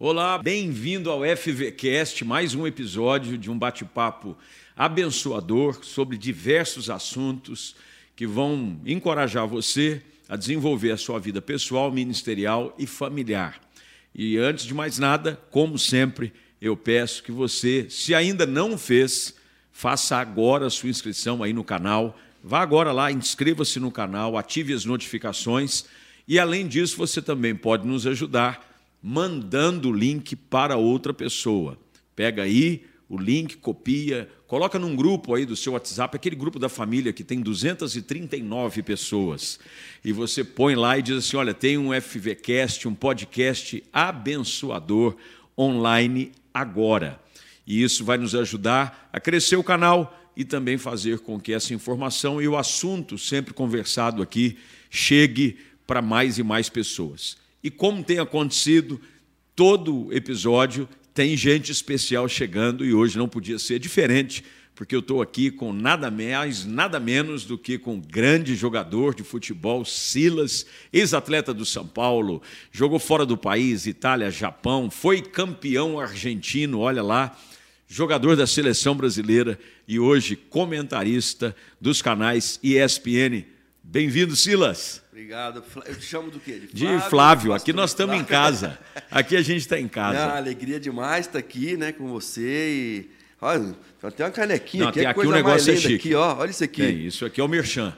Olá, bem-vindo ao FVCast, mais um episódio de um bate-papo abençoador sobre diversos assuntos que vão encorajar você a desenvolver a sua vida pessoal, ministerial e familiar. E antes de mais nada, como sempre, eu peço que você, se ainda não fez, faça agora a sua inscrição aí no canal. Vá agora lá, inscreva-se no canal, ative as notificações e, além disso, você também pode nos ajudar mandando o link para outra pessoa. Pega aí o link, copia, coloca num grupo aí do seu WhatsApp, aquele grupo da família que tem 239 pessoas. E você põe lá e diz assim, olha, tem um FVCast, um podcast abençoador online agora. E isso vai nos ajudar a crescer o canal e também fazer com que essa informação e o assunto sempre conversado aqui chegue para mais e mais pessoas. E como tem acontecido, todo episódio tem gente especial chegando e hoje não podia ser diferente, porque eu estou aqui com nada mais, nada menos do que com um grande jogador de futebol, Silas, ex-atleta do São Paulo, jogou fora do país, Itália, Japão, foi campeão argentino, olha lá, jogador da seleção brasileira e hoje comentarista dos canais ESPN. Bem-vindo, Silas. Obrigado. Eu te chamo do quê? De Flávio. Aqui nós estamos em casa. Aqui a gente está em casa. Não, alegria demais estar aqui, né, com você. E olha, tem uma canequinha. Não, aqui, tem aqui o negócio é chique. Aqui, ó, olha isso aqui. Isso aqui é o merchan.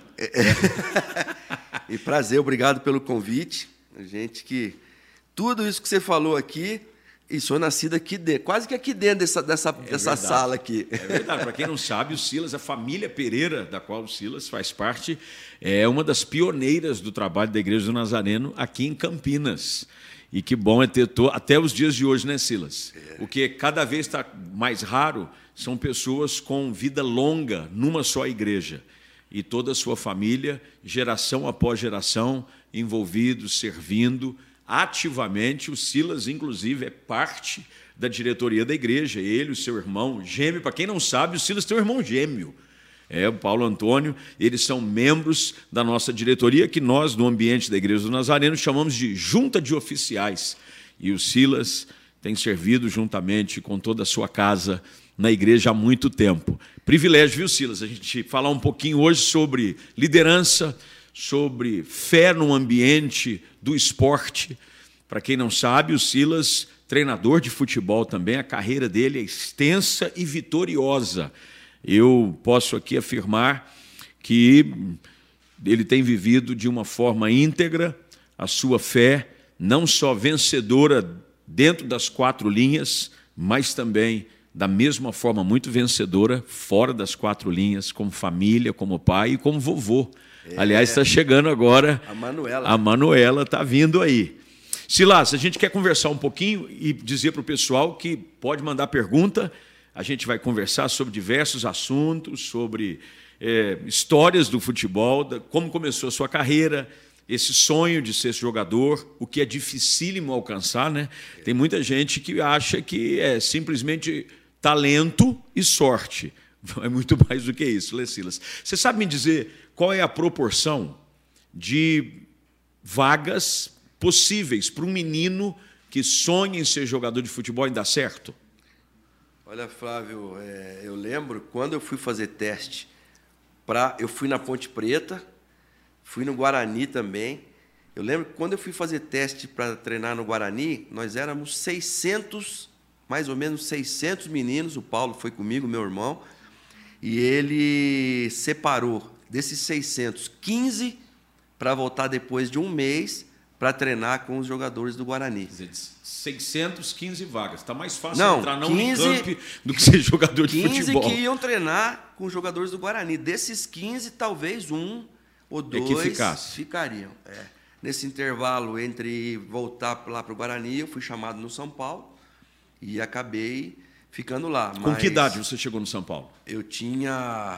E prazer, obrigado pelo convite. A gente que tudo isso que você falou aqui, e sou nascido aqui dentro, quase que aqui dentro dessa sala aqui. É verdade. Para quem não sabe, o Silas, a família Pereira, da qual o Silas faz parte, é uma das pioneiras do trabalho da Igreja do Nazareno aqui em Campinas. E que bom é ter até os dias de hoje, né, Silas? O que cada vez está mais raro são pessoas com vida longa numa só igreja. E toda a sua família, geração após geração, envolvidos, servindo ativamente. O Silas, inclusive, é parte da diretoria da igreja. Ele, o seu irmão gêmeo, para quem não sabe, o Silas tem um irmão gêmeo. O Paulo Antônio, eles são membros da nossa diretoria, que nós, no ambiente da Igreja do Nazareno, chamamos de junta de oficiais. E o Silas tem servido juntamente com toda a sua casa na igreja há muito tempo. Privilégio, viu, Silas? A gente falar um pouquinho hoje sobre liderança, sobre fé no ambiente do esporte. Para quem não sabe, o Silas, treinador de futebol também, a carreira dele é extensa e vitoriosa. Eu posso aqui afirmar que ele tem vivido de uma forma íntegra a sua fé, não só vencedora dentro das quatro linhas, mas também da mesma forma muito vencedora fora das quatro linhas, como família, como pai e como vovô. Aliás, está chegando agora a Manuela está vindo aí. Silas, a gente quer conversar um pouquinho e dizer para o pessoal que pode mandar pergunta. A gente vai conversar sobre diversos assuntos, sobre histórias do futebol, como começou a sua carreira, esse sonho de ser jogador, o que é dificílimo alcançar, né? Tem muita gente que acha que é simplesmente talento e sorte. É muito mais do que isso, né, Silas? Você sabe me dizer qual é a proporção de vagas possíveis para um menino que sonha em ser jogador de futebol e dar certo? Olha, Flávio, eu lembro quando eu fui fazer teste, eu fui na Ponte Preta, fui no Guarani também. Eu lembro que quando eu fui fazer teste para treinar no Guarani, nós éramos 600, mais ou menos 600 meninos. O Paulo foi comigo, meu irmão, e ele separou desses 600, 15 para voltar depois de um mês para treinar com os jogadores do Guarani. 615 vagas. Está mais fácil entrar na 15, Unicamp do que ser jogador de futebol. 15 que iam treinar com os jogadores do Guarani. Desses 15, talvez um ou dois ficariam. Nesse intervalo entre voltar lá para o Guarani, eu fui chamado no São Paulo e acabei ficando lá. Com que idade você chegou no São Paulo? Eu tinha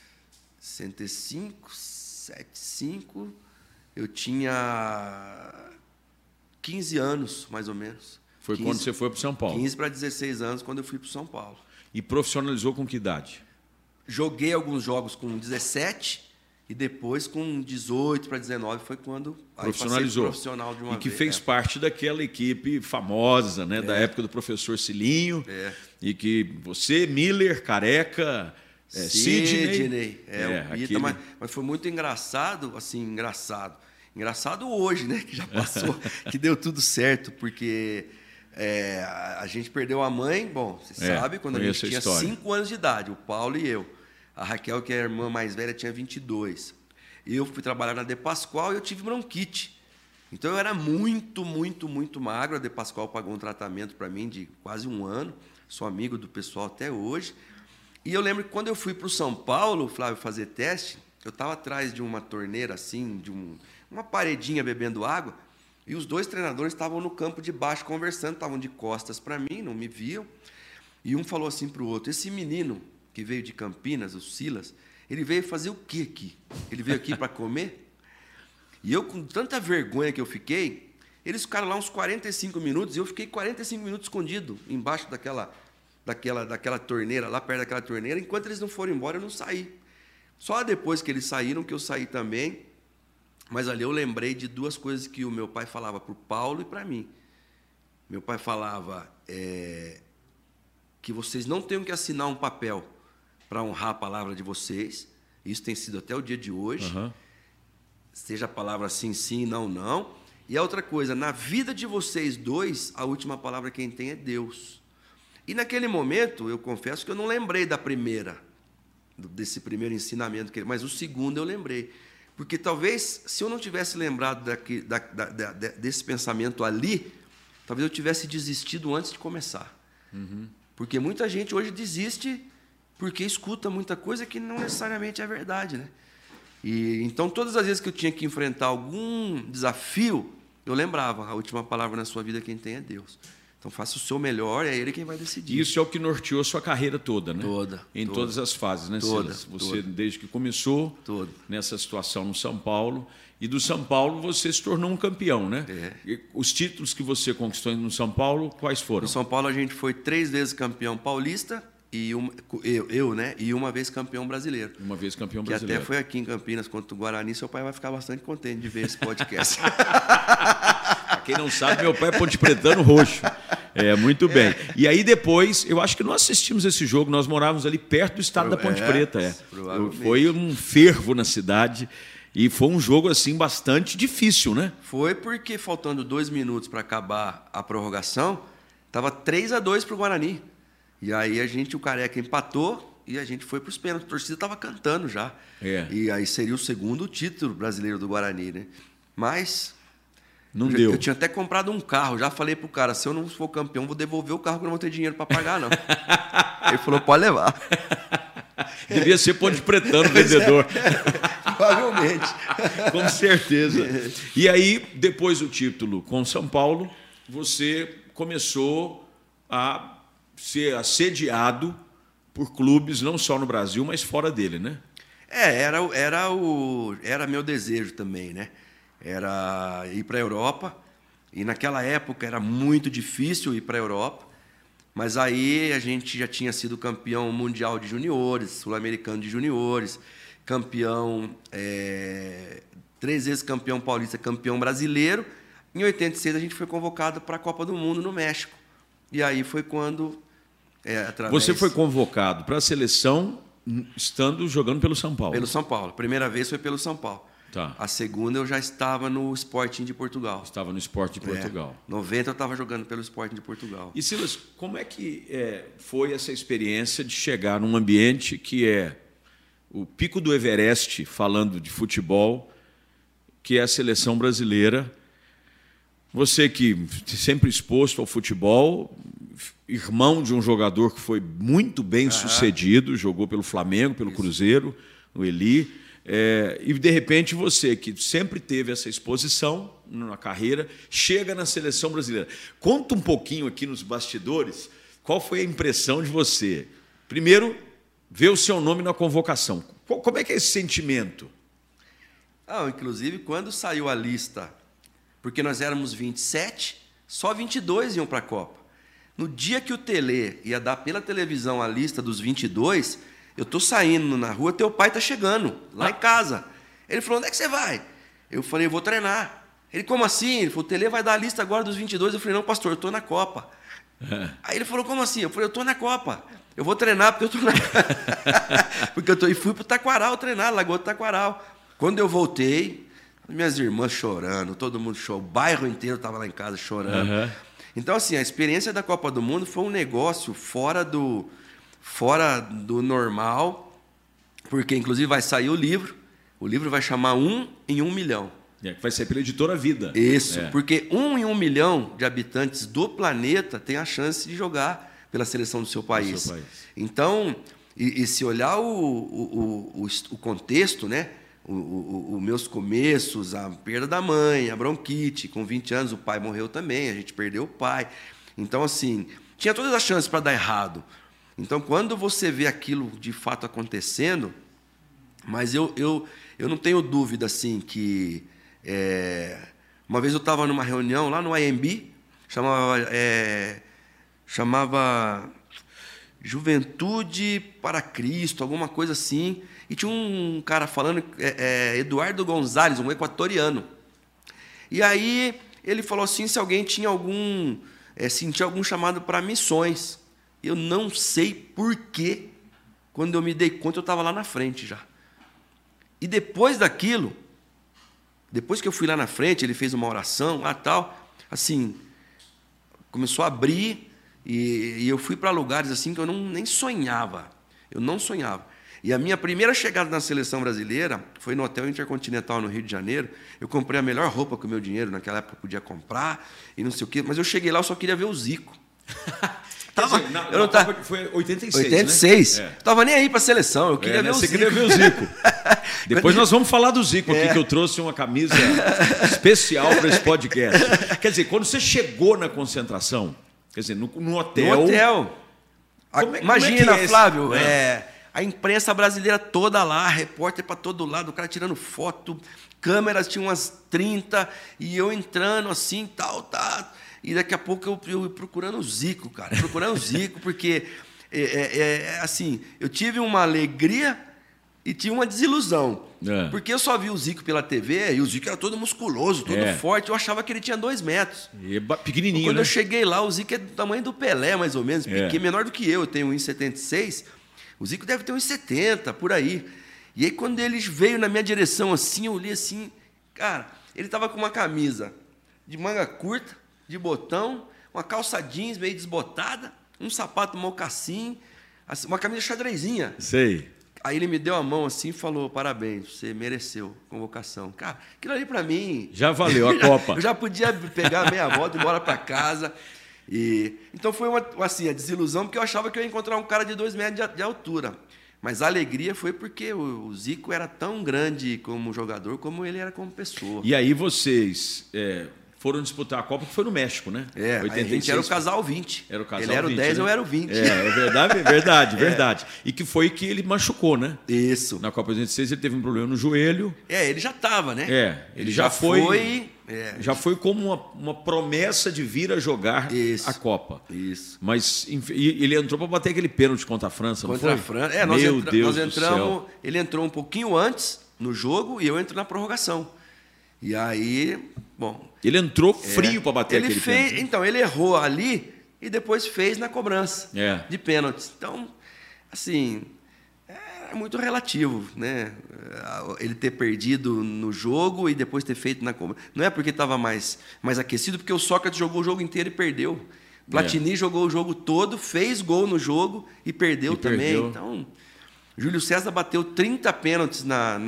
105, 75... Eu tinha 15 anos, mais ou menos. Foi 15, quando você foi para o São Paulo? 15 para 16 anos, quando eu fui para o São Paulo. E profissionalizou com que idade? Joguei alguns jogos com 17 E depois, com 18 para 19, foi quando profissionalizou. Profissional de uma e que vez, fez parte daquela equipe famosa, né, da época do professor Cilinho. E que você, Miller, Careca, Sidney. O Pita, mas foi muito engraçado, assim, engraçado. Engraçado hoje, né, que já passou, que deu tudo certo, porque a gente perdeu a mãe, bom, você sabe, quando a gente tinha 5 anos de idade, o Paulo e eu. A Raquel, que é a irmã mais velha, tinha 22. Eu fui trabalhar na De Pascoal e eu tive bronquite. Então, eu era muito, muito, muito magro. A De Pascoal pagou um tratamento para mim de quase 1 ano. Sou amigo do pessoal até hoje. E eu lembro que quando eu fui para o São Paulo, Flávio, fazer teste, eu estava atrás de uma torneira, assim, de uma paredinha bebendo água, e os 2 treinadores estavam no campo de baixo conversando, estavam de costas para mim, não me viam. E um falou assim para o outro: esse menino que veio de Campinas, o Silas, ele veio fazer o quê aqui? Ele veio aqui para comer? E eu, com tanta vergonha que eu fiquei, eles ficaram lá uns 45 minutos, e eu fiquei 45 minutos escondido, embaixo daquela torneira, lá perto daquela torneira. Enquanto eles não foram embora, eu não saí. Só depois que eles saíram, que eu saí também. Mas ali eu lembrei de 2 coisas que o meu pai falava para o Paulo e para mim. Meu pai falava que vocês não tenham que assinar um papel para honrar a palavra de vocês. Isso tem sido até o dia de hoje. Seja a palavra sim, sim, não, não. E a outra coisa, na vida de vocês 2, a última palavra quem tem é Deus. E naquele momento, eu confesso que eu não lembrei desse primeiro ensinamento, mas o segundo eu lembrei. Porque talvez, se eu não tivesse lembrado desse pensamento ali, talvez eu tivesse desistido antes de começar. Porque muita gente hoje desiste porque escuta muita coisa que não necessariamente é verdade, né? E então, todas as vezes que eu tinha que enfrentar algum desafio, eu lembrava: a última palavra na sua vida quem tem é Deus. Então, faça o seu melhor, é Ele quem vai decidir. Isso é o que norteou sua carreira toda, né? Em toda. Todas as fases, né, Silas? Você, desde que começou nessa situação no São Paulo, e do São Paulo você se tornou um campeão, né? E os títulos que você conquistou no São Paulo, quais foram? No São Paulo a gente foi 3 vezes campeão paulista, e e uma vez campeão brasileiro. Uma vez campeão brasileiro. Que até foi aqui em Campinas contra o Guarani. Seu pai vai ficar bastante contente de ver esse podcast. Para quem não sabe, meu pai é pontepretano roxo. Muito bem. E aí depois, eu acho que nós assistimos esse jogo, nós morávamos ali perto do estádio da Ponte Preta. Foi um fervo na cidade. E foi um jogo assim bastante difícil, né? Foi porque, faltando 2 minutos para acabar a prorrogação, estava 3-2 para o Guarani. E aí o Careca empatou e a gente foi para os pênaltis. A torcida estava cantando já. E aí seria o 2º título brasileiro do Guarani, né? Mas não deu. Eu tinha até comprado um carro. Já falei pro cara: se eu não for campeão, vou devolver o carro, que eu não vou ter dinheiro para pagar, não. Ele falou: pode levar. Devia ser pontepretano vendedor. Provavelmente. Com certeza. E aí, depois do título com São Paulo, você começou a ser assediado por clubes, não só no Brasil, mas fora dele, né? Era meu desejo também, né? Era ir para a Europa. E naquela época era muito difícil ir para a Europa. Mas aí a gente já tinha sido campeão mundial de juniores, sul-americano de juniores, campeão, 3 vezes campeão paulista, campeão brasileiro. Em 86 a gente foi convocado para a Copa do Mundo no México. E aí foi quando... Você foi convocado para a seleção estando jogando pelo São Paulo? Pelo São Paulo. A primeira vez foi pelo São Paulo. Tá. A segunda eu já estava no Sporting de Portugal. Estava no Sporting de Portugal. 90 eu estava jogando pelo Sporting de Portugal. E Silas, como é que foi essa experiência de chegar num ambiente que é o pico do Everest, falando de futebol, que é a seleção brasileira? Você que sempre exposto ao futebol, irmão de um jogador que foi muito bem sucedido, jogou pelo Flamengo, pelo Cruzeiro, o Eli, e de repente você que sempre teve essa exposição na carreira, chega na seleção brasileira. Conta um pouquinho aqui nos bastidores, qual foi a impressão de você? Primeiro, ver o seu nome na convocação. Como é que é esse sentimento? Inclusive, quando saiu a lista, porque nós éramos 27, só 22 iam para a Copa. No dia que o Tele ia dar pela televisão a lista dos 22, eu estou saindo na rua, teu pai está chegando, lá em casa. Ele falou, onde é que você vai? Eu falei, eu vou treinar. Ele, como assim? Ele falou, o Tele vai dar a lista agora dos 22. Eu falei, não, pastor, eu estou na Copa. Aí ele falou, como assim? Eu falei, eu estou na Copa. Eu vou treinar porque eu estou na... E fui para o Taquaral treinar, Lagoa do Taquaral. Quando eu voltei, minhas irmãs chorando, todo mundo chorou, o bairro inteiro estava lá em casa chorando. Então, assim, a experiência da Copa do Mundo foi um negócio fora do normal, porque, inclusive, vai sair o livro vai chamar 1 em 1 milhão. Que vai ser pela editora Vida. Isso, porque 1 em 1 milhão de habitantes do planeta tem a chance de jogar pela seleção do seu país. Então, e se olhar o contexto, né? Os meus começos, a perda da mãe, a bronquite, com 20 anos o pai morreu também, a gente perdeu o pai. Então, assim, tinha todas as chances para dar errado. Então, quando você vê aquilo de fato acontecendo, mas eu não tenho dúvida, assim, que... uma vez eu estava numa reunião lá no IMB, chamava Juventude para Cristo, alguma coisa assim, e tinha um cara falando, Eduardo Gonzalez, um equatoriano. E aí ele falou assim, se alguém tinha sentia algum chamado para missões. Eu não sei por quê, quando eu me dei conta, eu estava lá na frente já. E depois daquilo, depois que eu fui lá na frente, ele fez uma oração, tal, assim, começou a abrir, e eu fui para lugares assim que eu nem sonhava. Eu não sonhava. E a minha primeira chegada na seleção brasileira foi no Hotel Intercontinental, no Rio de Janeiro. Eu comprei a melhor roupa com o meu dinheiro, naquela época eu podia comprar, e não sei o quê, mas eu cheguei lá, eu só queria ver o Zico. Foi 86, 86. Né? Tava nem aí para a seleção, eu queria ver o Zico. Você queria ver o Zico. Depois nós vamos falar do Zico aqui, que eu trouxe uma camisa especial para esse podcast. Quer dizer, quando você chegou na concentração, quer dizer, no hotel... No hotel. Imagina, Flávio, É. A imprensa brasileira toda lá, repórter para todo lado, o cara tirando foto, câmeras, tinha umas 30, e eu entrando assim, tal. E daqui a pouco eu procurando o Zico, cara. Procurando o Zico, porque, assim, eu tive uma alegria e tive uma desilusão. Porque eu só vi o Zico pela TV, e o Zico era todo musculoso, todo forte. Eu achava que ele tinha 2 metros. Pequenininho, Quando né? eu cheguei lá, o Zico é do tamanho do Pelé, mais ou menos, pequeno, menor do que eu tenho 1,76. O Zico deve ter 1,70, por aí. E aí, quando ele veio na minha direção, assim, eu olhei assim, cara, ele estava com uma camisa de manga curta, de botão, uma calça jeans meio desbotada, um sapato mocassim, assim, uma camisa xadrezinha. Sei. Aí ele me deu a mão assim e falou, parabéns, você mereceu convocação. Cara, aquilo ali para mim... Já valeu a Copa. Eu já podia pegar a meia volta e ir embora para casa. Então foi a desilusão, porque eu achava que eu ia encontrar um cara de 2 metros de altura. Mas a alegria foi porque o Zico era tão grande como jogador, como ele era como pessoa. E aí vocês foram disputar a Copa, que foi no México, né? 86, a gente era o casal 20. Era o casal ele era 20, o 10, né? eu era o 20. Verdade. E que foi que ele machucou, né? Isso. Na Copa 86 ele teve um problema no joelho. Ele já estava, né? Ele já foi... Já foi como uma promessa de vir a jogar a Copa. Isso. Mas ele entrou para bater aquele pênalti contra a França, não foi? Contra a França. Nós entramos. Ele entrou um pouquinho antes no jogo e eu entro na prorrogação. E aí, bom... Ele entrou frio para bater aquele pênalti. Então, ele errou ali e depois fez na cobrança de pênaltis. Então, assim... É muito relativo, né? Ele ter perdido no jogo e depois ter feito na cobrança. Não é porque estava mais aquecido, porque o Sócrates jogou o jogo inteiro e perdeu. Platini jogou o jogo todo, fez gol no jogo e perdeu também. Então, Júlio César bateu 30 pênaltis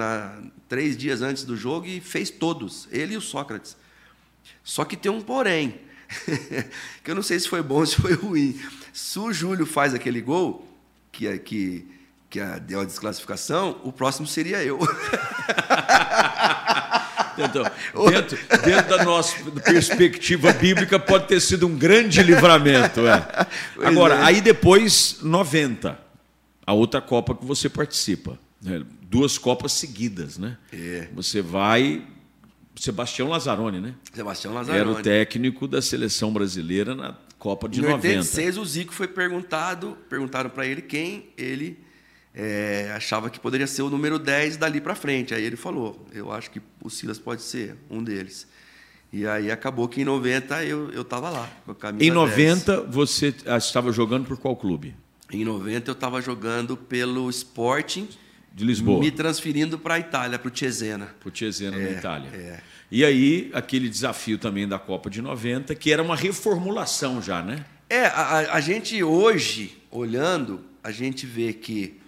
3 dias antes do jogo e fez todos, ele e o Sócrates. Só que tem um porém, que eu não sei se foi bom ou se foi ruim. Se o Júlio faz aquele gol, que deu a desclassificação, o próximo seria eu. Então, dentro da nossa perspectiva bíblica, pode ter sido um grande livramento. Agora, aí depois, 90, a outra Copa que você participa. 2 Copas seguidas, né? Você vai... Sebastião Lazzaroni, né? Sebastião Lazzaroni. Era o técnico da seleção brasileira na Copa de 90. Em 86, o Zico foi perguntaram para ele quem ele achava que poderia ser o número 10 dali para frente. Aí ele falou, eu acho que o Silas pode ser um deles. E aí acabou que em 90 eu estava lá, com a camisa 10. Em 90 você estava jogando por qual clube? Em 90 eu estava jogando pelo Sporting de Lisboa. Me transferindo para a Itália, para o Cesena. Para o Cesena, na Itália. E aí, aquele desafio também da Copa de 90, que era uma reformulação já, né? A gente hoje, olhando, a gente vê que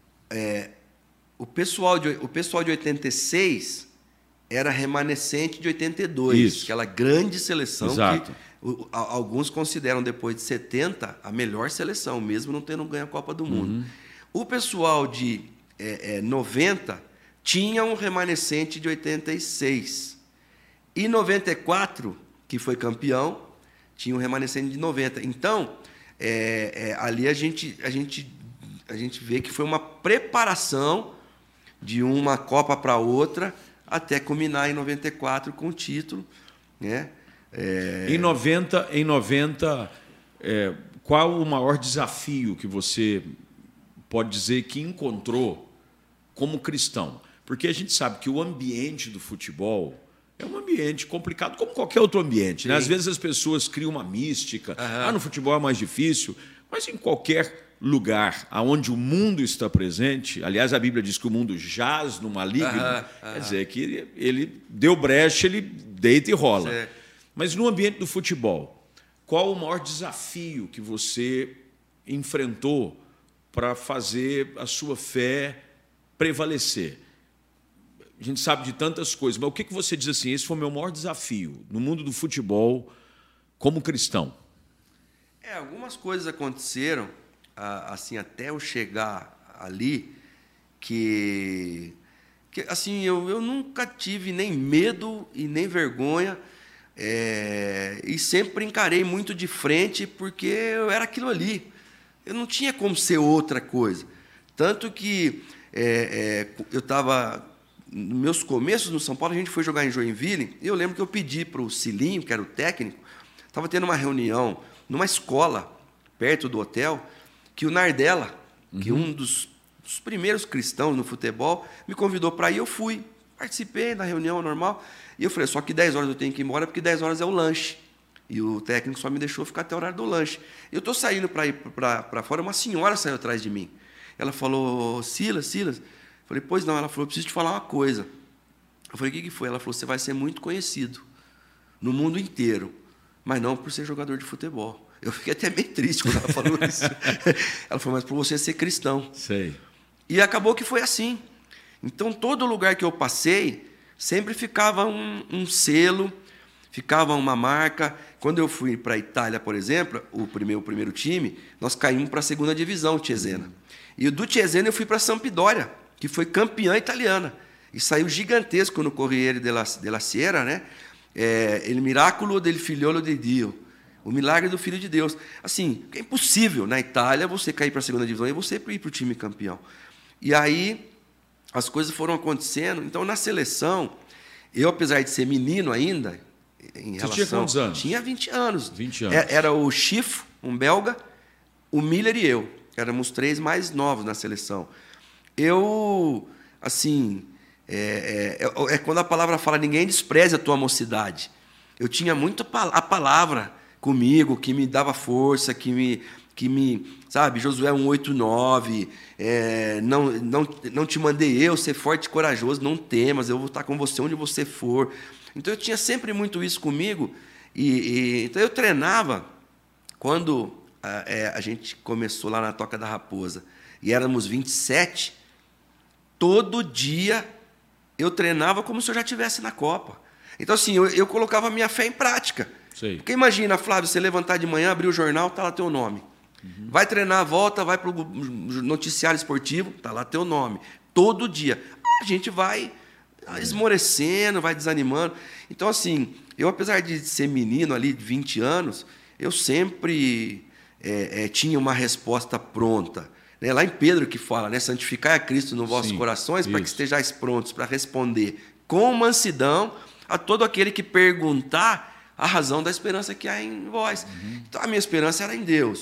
o pessoal de 86 era remanescente de 82, Isso. aquela grande seleção. Exato. Que alguns consideram, depois de 70, a melhor seleção, mesmo não tendo ganho a Copa do Mundo. O pessoal de 90 tinha um remanescente de 86. E 94, que foi campeão, tinha um remanescente de 90. Então, ali a gente vê que foi uma preparação de uma Copa para outra, até culminar em 94 com o título, né? Em 90, qual o maior desafio que você pode dizer que encontrou como cristão? Porque a gente sabe que o ambiente do futebol é um ambiente complicado, como qualquer outro ambiente, né? Às vezes as pessoas criam uma mística, no futebol é mais difícil, mas em qualquer lugar onde o mundo está presente, aliás, a Bíblia diz que o mundo jaz no maligno, quer dizer que ele deu brecha, ele deita e rola. Certo. Mas no ambiente do futebol, qual o maior desafio que você enfrentou para fazer a sua fé prevalecer? A gente sabe de tantas coisas, mas o que você diz assim, esse foi o meu maior desafio no mundo do futebol como cristão? Algumas coisas aconteceram, assim, até eu chegar ali, que assim, eu nunca tive nem medo e nem vergonha, e sempre encarei muito de frente, porque eu era aquilo ali. Eu não tinha como ser outra coisa. Tanto que eu estava... Nos meus começos no São Paulo, a gente foi jogar em Joinville, e eu lembro que eu pedi para o Cilinho, que era o técnico, estava tendo uma reunião numa escola, perto do hotel, que o Nardella, que um dos primeiros cristãos no futebol, me convidou para ir, eu fui, participei da reunião normal, e eu falei, só que 10 horas eu tenho que ir embora, porque 10 horas é o lanche. E o técnico só me deixou ficar até o horário do lanche. Eu estou saindo para ir para fora, uma senhora saiu atrás de mim. Ela falou, Silas. Eu falei, pois não. Ela falou, eu preciso te falar uma coisa. Eu falei, o que foi? Ela falou, você vai ser muito conhecido no mundo inteiro, mas não por ser jogador de futebol. Eu fiquei até meio triste quando ela falou isso. Ela falou, mas por você ser cristão. Sei. E acabou que foi assim. Então, todo lugar que eu passei, sempre ficava um selo, ficava uma marca. Quando eu fui para a Itália, por exemplo, o primeiro time, nós caímos para a segunda divisão, Cesena. E do Cesena eu fui para a Sampdoria, que foi campeã italiana. E saiu gigantesco no Corriere della Sera, né? Il miracolo del figliolo di Dio. O milagre do Filho de Deus. Assim, é impossível na Itália você cair para a segunda divisão e você ir para o time campeão. E aí as coisas foram acontecendo. Então, na seleção, eu, apesar de ser menino ainda, Você tinha quantos anos? Tinha 20 anos. 20 anos. Era o Chifo, um belga, o Miller e eu. Éramos 3 mais novos na seleção. Eu, assim, quando a palavra fala, ninguém despreze a tua mocidade. Eu tinha muito a palavra comigo, que me dava força, que me sabe, Josué 1:8-9, não te mandei eu ser forte e corajoso, não temas, eu vou estar com você onde você for. Então eu tinha sempre muito isso comigo, então eu treinava. Quando a gente começou lá na Toca da Raposa, e éramos 27, todo dia eu treinava como se eu já estivesse na Copa. Então, assim, eu colocava a minha fé em prática. Sei. Porque imagina, Flávio, você levantar de manhã, abrir o jornal, está lá teu nome. Vai treinar, volta, vai para o noticiário esportivo, está lá teu nome. Todo dia. A gente vai esmorecendo, vai desanimando. Então, assim, eu, apesar de ser menino ali, de 20 anos, eu sempre tinha uma resposta pronta. Né? Lá em Pedro que fala, né? Santificai a Cristo nos vossos corações, para que estejais prontos para responder com mansidão a todo aquele que perguntar a razão da esperança que há em vós. Então, a minha esperança era em Deus.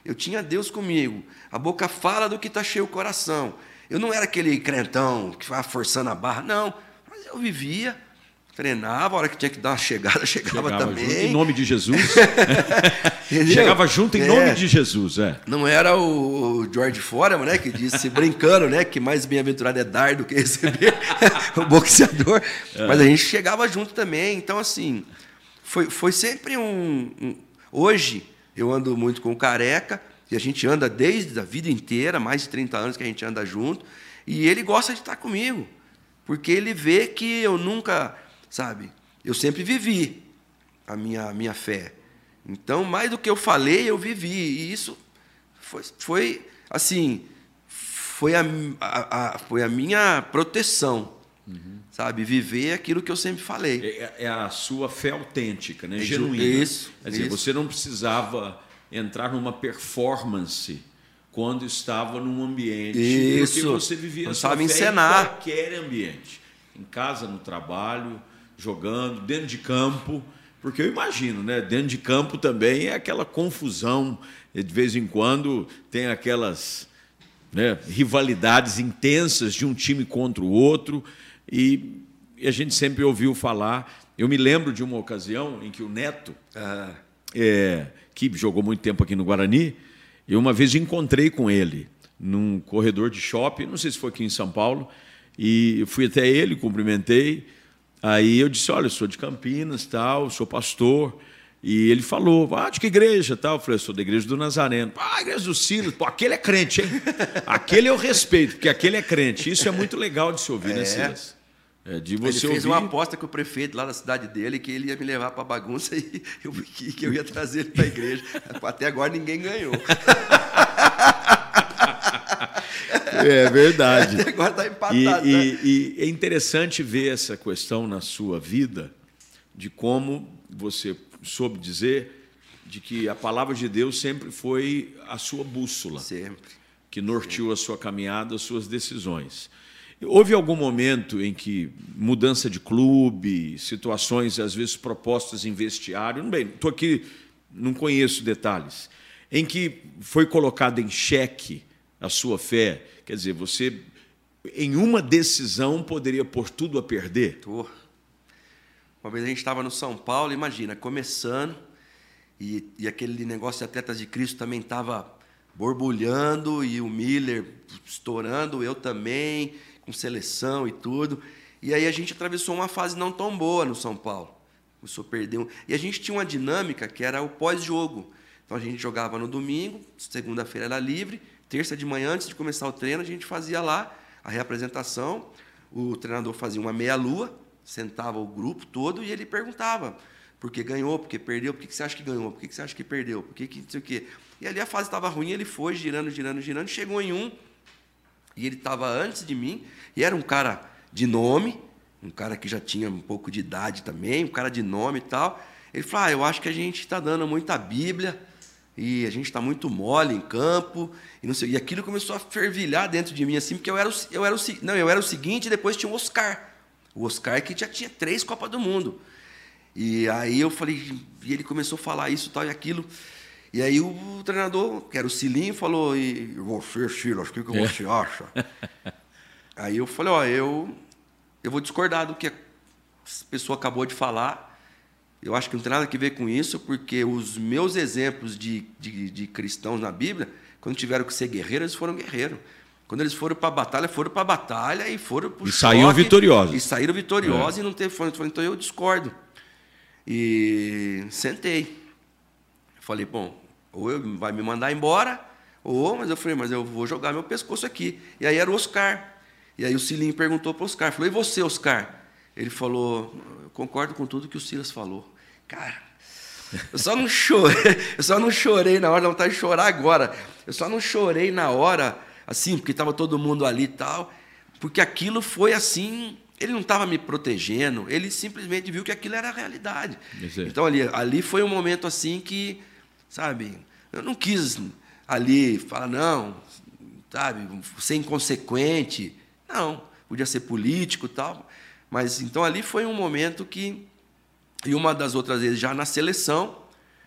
Eu tinha Deus comigo. A boca fala do que está cheio o coração. Eu não era aquele crentão que vai forçando a barra, não. Mas eu vivia, treinava, a hora que tinha que dar uma chegada, chegava também. Junto, em nome de Jesus. Chegava junto em nome de Jesus. Não era o George Foreman, né, que disse, brincando, né, que mais bem-aventurado é dar do que receber, o boxeador. Mas a gente chegava junto também. Então, assim, foi sempre Hoje, eu ando muito com o Careca, e a gente anda desde a vida inteira, mais de 30 anos que a gente anda junto, e ele gosta de estar comigo, porque ele vê que eu nunca, sabe, eu sempre vivi a minha fé. Então, mais do que eu falei, eu vivi, e isso foi assim, foi a minha proteção, sabe, viver aquilo que eu sempre falei. É a sua fé autêntica, né? Genuína. Isso. Quer dizer, você não precisava entrar numa performance quando estava num ambiente, isso, porque você vivia a sua fé encenar. Em qualquer ambiente, em casa, no trabalho, jogando, dentro de campo, porque eu imagino, né, dentro de campo também é aquela confusão, de vez em quando tem aquelas, né, rivalidades intensas de um time contra o outro, e a gente sempre ouviu falar. Eu me lembro de uma ocasião em que o Neto, que jogou muito tempo aqui no Guarani, eu uma vez encontrei com ele num corredor de shopping, não sei se foi aqui em São Paulo, e eu fui até ele, cumprimentei, aí eu disse, olha, eu sou de Campinas, tal, sou pastor, e ele falou, de que igreja, tal? Eu falei, eu sou da igreja do Nazareno. A igreja do Silas, aquele é crente, hein? Aquele eu respeito, porque aquele é crente. Isso é muito legal de se ouvir, né, Silas? De você ele fez ouvir... uma aposta com o prefeito lá da cidade dele que ele ia me levar para a bagunça e que eu ia trazer ele para a igreja. Até agora ninguém ganhou. É verdade. Até agora está empatado. E é interessante ver essa questão na sua vida, de como você soube dizer de que a palavra de Deus sempre foi a sua bússola. Sempre. Que norteou a sua caminhada, as suas decisões. Houve algum momento em que mudança de clube, situações, às vezes, propostas em vestiário, bem, estou aqui, não conheço detalhes, em que foi colocada em xeque a sua fé? Quer dizer, você, em uma decisão, poderia pôr tudo a perder? Uma vez a gente estava no São Paulo, imagina, começando, e aquele negócio de Atletas de Cristo também estava borbulhando, e o Miller estourando, eu também, com seleção e tudo. E aí a gente atravessou uma fase não tão boa no São Paulo. Começou a perder. E a gente tinha uma dinâmica que era o pós-jogo. Então a gente jogava no domingo, segunda-feira era livre, terça de manhã, antes de começar o treino, a gente fazia lá a reapresentação, o treinador fazia uma meia-lua, sentava o grupo todo e ele perguntava por que ganhou, por que perdeu, por que você acha que ganhou, por que você acha que perdeu, por que não sei o quê. E ali a fase estava ruim, ele foi girando, chegou em um, e ele estava antes de mim, e era um cara de nome, um cara que já tinha um pouco de idade também, um cara de nome e tal. Ele falou, eu acho que a gente está dando muita Bíblia, e a gente está muito mole em campo, e não sei. E aquilo começou a fervilhar dentro de mim, assim, porque eu era o seguinte, e depois tinha o Oscar. O Oscar que já tinha 3 Copas do Mundo. E aí eu falei, e ele começou a falar isso, tal e aquilo. E aí o treinador, que era o Cilinho, falou, e você, Silas, o que você acha? Aí eu falei, eu vou discordar do que a pessoa acabou de falar. Eu acho que não tem nada a ver com isso, porque os meus exemplos de cristãos na Bíblia, quando tiveram que ser guerreiros, eles foram guerreiros. Quando eles foram para a batalha e foram para o choque. Saíram vitoriosos. E saíram vitoriosos e não teve fome. Então eu discordo. E sentei. Falei, bom, ou vai me mandar embora, mas eu vou jogar meu pescoço aqui. E aí era o Oscar. E aí o Cilinho perguntou para o Oscar, falou, e você, Oscar? Ele falou, eu concordo com tudo que o Silas falou. Cara, eu só não chorei na hora, não vontade de chorar agora. Eu só não chorei na hora, assim, porque estava todo mundo ali e tal, porque aquilo foi assim, ele não estava me protegendo, ele simplesmente viu que aquilo era a realidade. Então ali foi um momento assim que, sabe, eu não quis ali falar, não, sabe, ser inconsequente, não, podia ser político e tal, mas então ali foi um momento que, e uma das outras vezes já na seleção,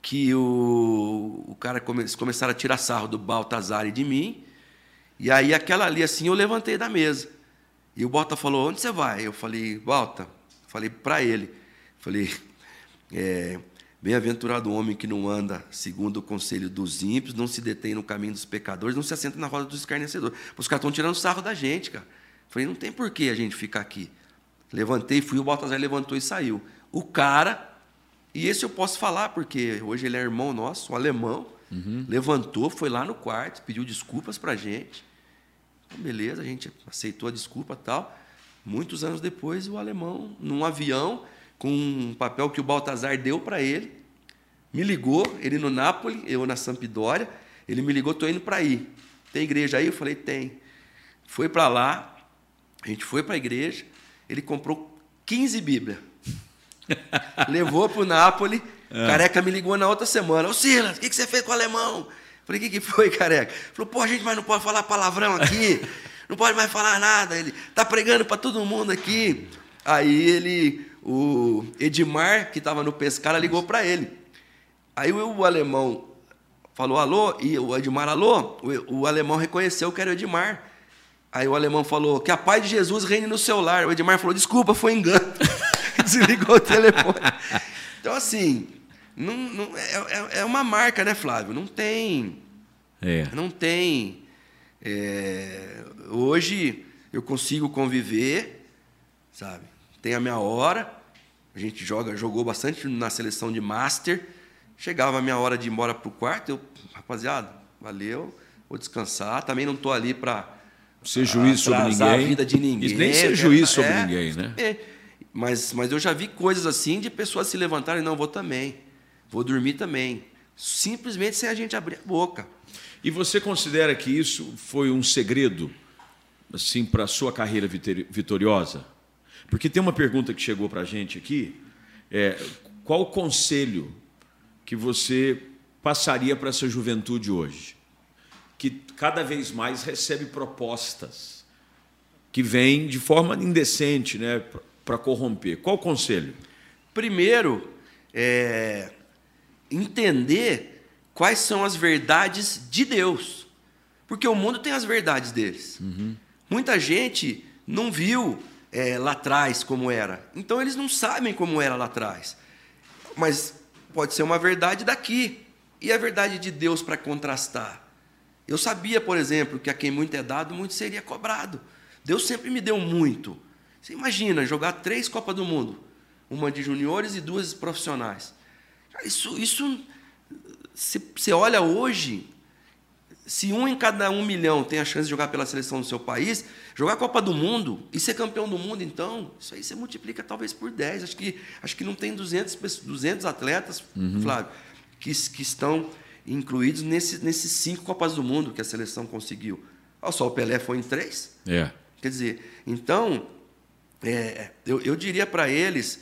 que o cara começaram a tirar sarro do Baltazar e de mim, e aí aquela ali assim eu levantei da mesa. E o Balta falou, onde você vai? Eu falei, Balta, falei para ele, falei, bem-aventurado o homem que não anda segundo o conselho dos ímpios, não se detém no caminho dos pecadores, não se assenta na roda dos escarnecedores. Os caras estão tirando sarro da gente, cara. Falei, não tem por que a gente ficar aqui. Levantei, fui, o Baltazar levantou e saiu. O cara, e esse eu posso falar, porque hoje ele é irmão nosso, um alemão, levantou, foi lá no quarto, pediu desculpas para a gente. Então, beleza, a gente aceitou a desculpa e tal. Muitos anos depois, o alemão, num avião, com um papel que o Baltazar deu para ele, me ligou, ele no Nápoles, eu na Sampdoria, ele me ligou, estou indo para aí. Tem igreja aí? Eu falei, tem. Foi para lá, a gente foi para a igreja, ele comprou 15 Bíblias. Levou para o Nápoles, Careca me ligou na outra semana. Ô Silas, o que você fez com o alemão? Falei, o que foi, Careca? Falou, pô, a gente mais não pode falar palavrão aqui, não pode mais falar nada, ele está pregando para todo mundo aqui. Aí o Edmar, que estava no Pescara, ligou para ele. Aí o alemão falou alô, e o Edmar alô, o alemão reconheceu que era o Edmar. Aí o alemão falou, que a paz de Jesus reine no seu lar. O Edmar falou, desculpa, foi engano. Desligou o telefone. Então, assim, é uma marca, né, Flávio? Não tem... Não tem... hoje eu consigo conviver, sabe? Tem a minha hora, a gente jogou bastante na seleção de Master, chegava a minha hora de ir embora para o quarto, eu, rapaziada, valeu, vou descansar, também não estou ali para ser juiz sobre ninguém, a vida de ninguém. E nem ser juiz sobre ninguém, né? Mas eu já vi coisas assim de pessoas se levantarem, não, vou também, vou dormir também, simplesmente sem a gente abrir a boca. E você considera que isso foi um segredo assim, para a sua carreira vitoriosa? Porque tem uma pergunta que chegou para a gente aqui, qual o conselho que você passaria para essa juventude hoje, que cada vez mais recebe propostas que vêm de forma indecente, né, para corromper? Qual o conselho? Primeiro, entender quais são as verdades de Deus, porque o mundo tem as verdades deles. Muita gente não viu lá atrás como era, então eles não sabem como era lá atrás, mas pode ser uma verdade daqui, e a verdade de Deus para contrastar. Eu sabia, por exemplo, que a quem muito é dado, muito seria cobrado. Deus sempre me deu muito. Você imagina jogar 3 Copas do Mundo, uma de juniores e 2 profissionais. Isso você olha hoje, se 1 em cada 1 milhão tem a chance de jogar pela seleção do seu país, jogar a Copa do Mundo e ser campeão do mundo, então, isso aí você multiplica talvez por 10. Acho que não tem 200 atletas, Flávio, que estão incluídos nesses 5 Copas do Mundo que a seleção conseguiu. Olha só, o Pelé foi em 3. Quer dizer, então, eu diria para eles...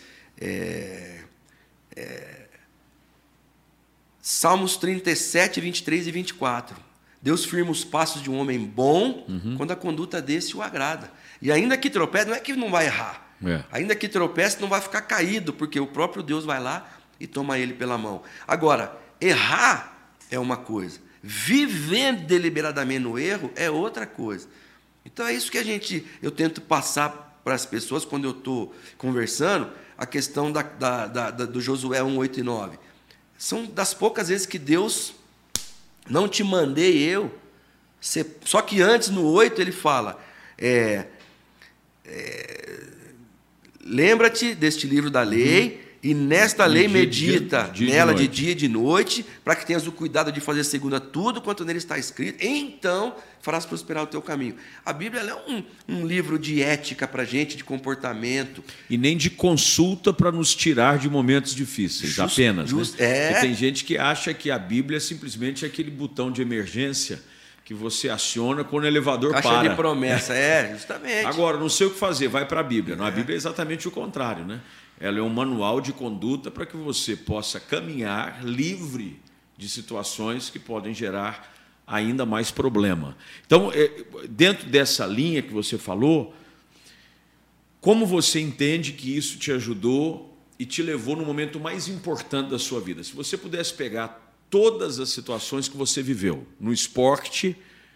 Salmos 37, 23 e 24. Deus firma os passos de um homem bom quando a conduta desse o agrada. E ainda que tropece, não é que não vai errar. Ainda que tropece, não vai ficar caído, porque o próprio Deus vai lá e toma ele pela mão. Agora, errar é uma coisa. Viver deliberadamente no erro é outra coisa. Então é isso que eu tento passar para as pessoas quando eu estou conversando, a questão do Josué 1, 8 e 9. São das poucas vezes que Deus não te mandei eu. Só que antes, no 8, ele fala, lembra-te deste livro da lei, e nesta lei medita nela de dia e de noite, para que tenhas o cuidado de fazer segundo a tudo quanto nele está escrito, então farás prosperar o teu caminho. A Bíblia ela é um livro de ética para a gente, de comportamento. E nem de consulta para nos tirar de momentos difíceis, apenas. Né? Porque tem gente que acha que a Bíblia é simplesmente aquele botão de emergência que você aciona quando o elevador para. Caixa de promessa, justamente. Agora, não sei o que fazer, vai para a Bíblia. Não, a Bíblia é exatamente o contrário, né? Ela é um manual de conduta para que você possa caminhar livre de situações que podem gerar ainda mais problema. Então, dentro dessa linha que você falou, como você entende que isso te ajudou e te levou no momento mais importante da sua vida. Se você pudesse pegar todas as situações que você viveu no esporte,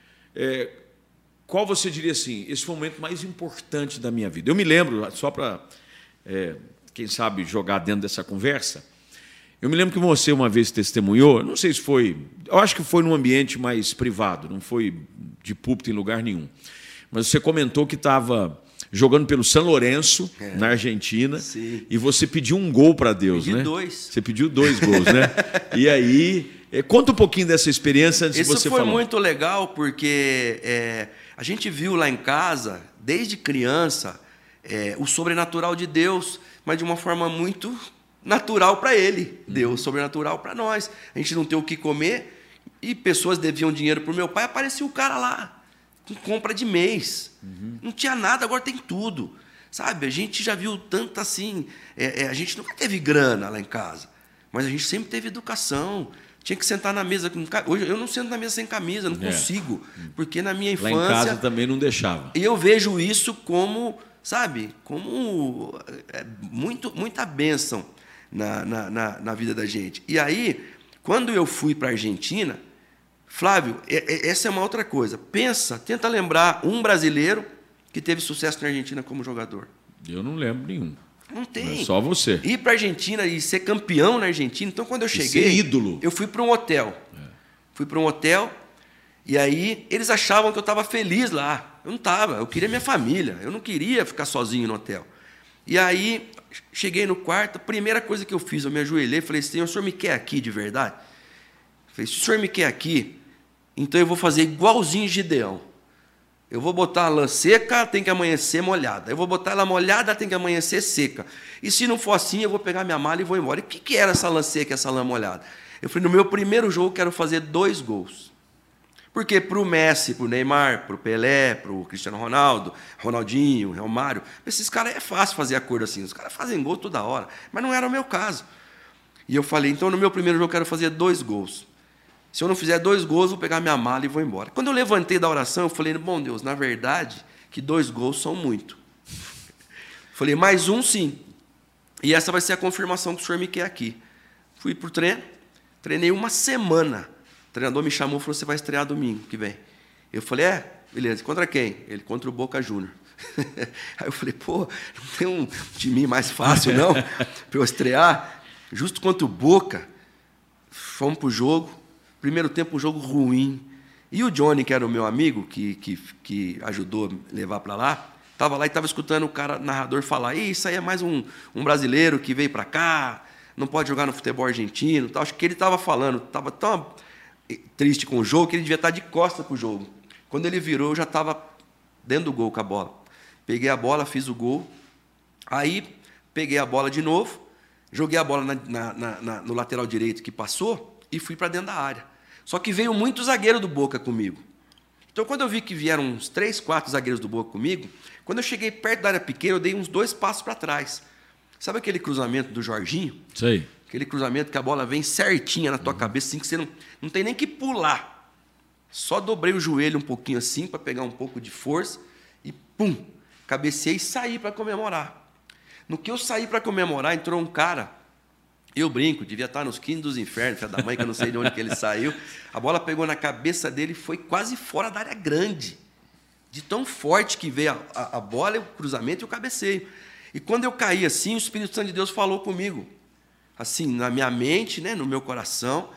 qual você diria assim, esse foi o momento mais importante da minha vida? Eu me lembro, só para, quem sabe, jogar dentro dessa conversa, eu me lembro que você uma vez testemunhou, não sei se foi, eu acho que foi num ambiente mais privado, não foi de púlpito em lugar nenhum, mas você comentou que estava jogando pelo San Lorenzo, na Argentina, sim, e você pediu um gol para Deus, pedi né? 2. Você pediu 2 gols, né? E aí, conta um pouquinho dessa experiência antes de você falar. Isso foi muito legal, porque a gente viu lá em casa, desde criança, o sobrenatural de Deus, mas de uma forma muito natural para ele. Deus sobrenatural para nós. A gente não tem o que comer, e pessoas deviam dinheiro para o meu pai, aparecia o cara lá, com compra de mês. Não tinha nada, agora tem tudo. Sabe, a gente já viu tanto assim. A gente nunca teve grana lá em casa, mas a gente sempre teve educação. Tinha que sentar na mesa. Hoje eu não sento na mesa sem camisa, não consigo. Porque na minha infância. Lá em casa também não deixava. E eu vejo isso como, sabe, como muita bênção na vida da gente. E aí, quando eu fui para a Argentina, Flávio, essa é uma outra coisa. Tenta lembrar um brasileiro que teve sucesso na Argentina como jogador. Eu não lembro nenhum. Não tem. É só você. Ir para a Argentina e ser campeão na Argentina. Então, quando eu cheguei, ser ídolo. Eu fui para um hotel. Fui para um hotel e aí eles achavam que eu estava feliz lá. Eu não estava. Eu queria minha família. Eu não queria ficar sozinho no hotel. E aí, cheguei no quarto, a primeira coisa que eu fiz, eu me ajoelhei e falei, Senhor, o senhor me quer aqui de verdade? Eu falei, se o senhor me quer aqui, então eu vou fazer igualzinho Gideão. Eu vou botar a lã seca, tem que amanhecer molhada. Eu vou botar ela molhada, tem que amanhecer seca. E se não for assim, eu vou pegar minha mala e vou embora. E o que era essa lã seca e essa lã molhada? Eu falei, no meu primeiro jogo, quero fazer 2 gols. Porque para o Messi, para o Neymar, para o Pelé, para o Cristiano Ronaldo, Ronaldinho, Romário, esses caras é fácil fazer acordo assim. Os caras fazem gol toda hora. Mas não era o meu caso. E eu falei, então no meu primeiro jogo, quero fazer 2 gols. Se eu não fizer 2 gols, vou pegar minha mala e vou embora. Quando eu levantei da oração, eu falei, bom Deus, na verdade, que 2 gols são muito. Falei, mais um sim. E essa vai ser a confirmação que o senhor me quer aqui. Fui para o treino, treinei uma semana. O treinador me chamou e falou, você vai estrear domingo que vem. Eu falei, beleza, contra quem? Ele, contra o Boca Júnior. Aí eu falei, não tem um time mais fácil não, para eu estrear. Justo contra o Boca, fomos para o jogo. Primeiro tempo, um jogo ruim. E o Johnny, que era o meu amigo, que ajudou a levar para lá, estava lá e estava escutando o cara, narrador, falar, isso aí é mais um brasileiro que veio para cá, não pode jogar no futebol argentino. Acho que ele estava falando, estava tão triste com o jogo que ele devia estar de costas para o jogo. Quando ele virou, eu já estava dentro do gol com a bola. Peguei a bola, fiz o gol. Aí, peguei a bola de novo, joguei a bola no lateral direito que passou e fui para dentro da área. Só que veio muito zagueiro do Boca comigo. Então, quando eu vi que vieram uns 3, 4 zagueiros do Boca comigo, quando eu cheguei perto da área pequena, eu dei uns 2 passos para trás. Sabe aquele cruzamento do Jorginho? Sei. Aquele cruzamento que a bola vem certinha na tua cabeça, assim que você não tem nem que pular. Só dobrei o joelho um pouquinho assim, para pegar um pouco de força, e pum, cabecei e saí para comemorar. No que eu saí para comemorar, entrou um cara, eu brinco, devia estar nos quintos dos infernos, filha da mãe, que eu não sei de onde que ele saiu. A bola pegou na cabeça dele e foi quase fora da área grande. De tão forte que veio a bola, o cruzamento e o cabeceio. E quando eu caí assim, o Espírito Santo de Deus falou comigo. Assim, na minha mente, né, no meu coração,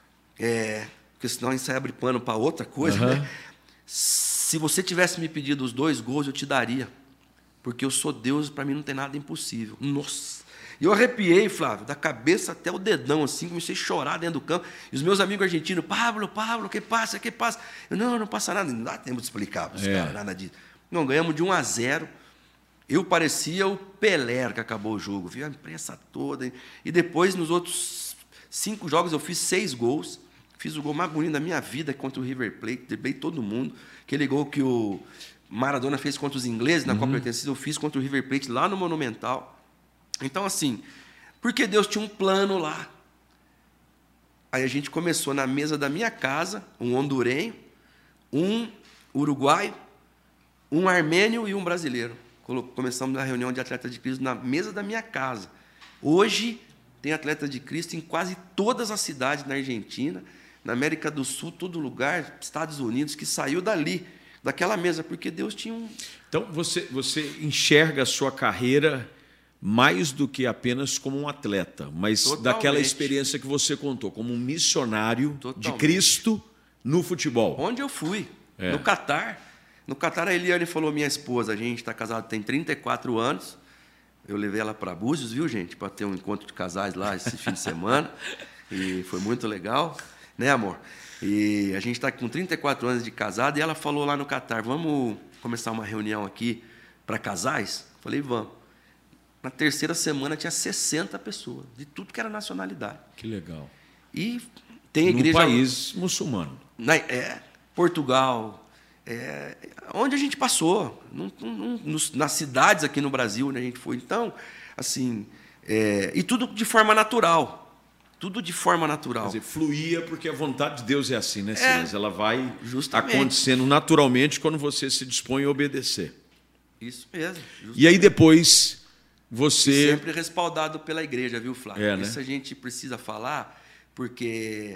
porque senão a gente abre pano para outra coisa, né? Se você tivesse me pedido os 2 gols, eu te daria. Porque eu sou Deus, para mim não tem nada impossível. Nossa! E eu arrepiei, Flávio, da cabeça até o dedão, assim, comecei a chorar dentro do campo. E os meus amigos argentinos, Pablo, que passa, que passa? Eu, não passa nada, não dá tempo de explicar para os caras, nada disso. Não, ganhamos de 1-0. Eu parecia o Pelé que acabou o jogo, viu a imprensa toda. E depois, nos outros 5 jogos, eu fiz 6 gols. Fiz o gol mais bonito da minha vida contra o River Plate, driblei todo mundo. Aquele gol que o Maradona fez contra os ingleses na Copa 86, eu fiz contra o River Plate lá no Monumental. Então, assim, porque Deus tinha um plano lá. Aí a gente começou na mesa da minha casa, um hondurenho, um uruguaio, um armênio e um brasileiro. Começamos a reunião de atletas de Cristo na mesa da minha casa. Hoje, tem Atletas de Cristo em quase todas as cidades na Argentina, na América do Sul, todo lugar, Estados Unidos, que saiu dali, daquela mesa, porque Deus tinha um... Então, você enxerga a sua carreira mais do que apenas como um atleta, mas Totalmente. daquela experiência que você contou, como um missionário Totalmente. de Cristo no futebol. Onde eu fui? No Catar. No Catar, a Eliane falou, minha esposa, a gente está casado tem 34 anos, eu levei ela para Búzios, viu, gente, para ter um encontro de casais lá esse fim de semana, e foi muito legal, né, amor? E a gente está com 34 anos de casado, e ela falou lá no Catar, vamos começar uma reunião aqui para casais? Falei, vamos. Na terceira semana tinha 60 pessoas, de tudo que era nacionalidade. Que legal. E tem igreja... Num país muçulmano. Portugal, onde a gente passou, nas cidades aqui no Brasil, onde a gente foi. Então, assim, e tudo de forma natural. Tudo de forma natural. Quer dizer, fluía porque a vontade de Deus é assim, né, Silas? Ela vai justamente acontecendo naturalmente quando você se dispõe a obedecer. Isso mesmo. E aí depois você... Sempre respaldado pela igreja, viu, Flávio? Né? Isso a gente precisa falar, porque...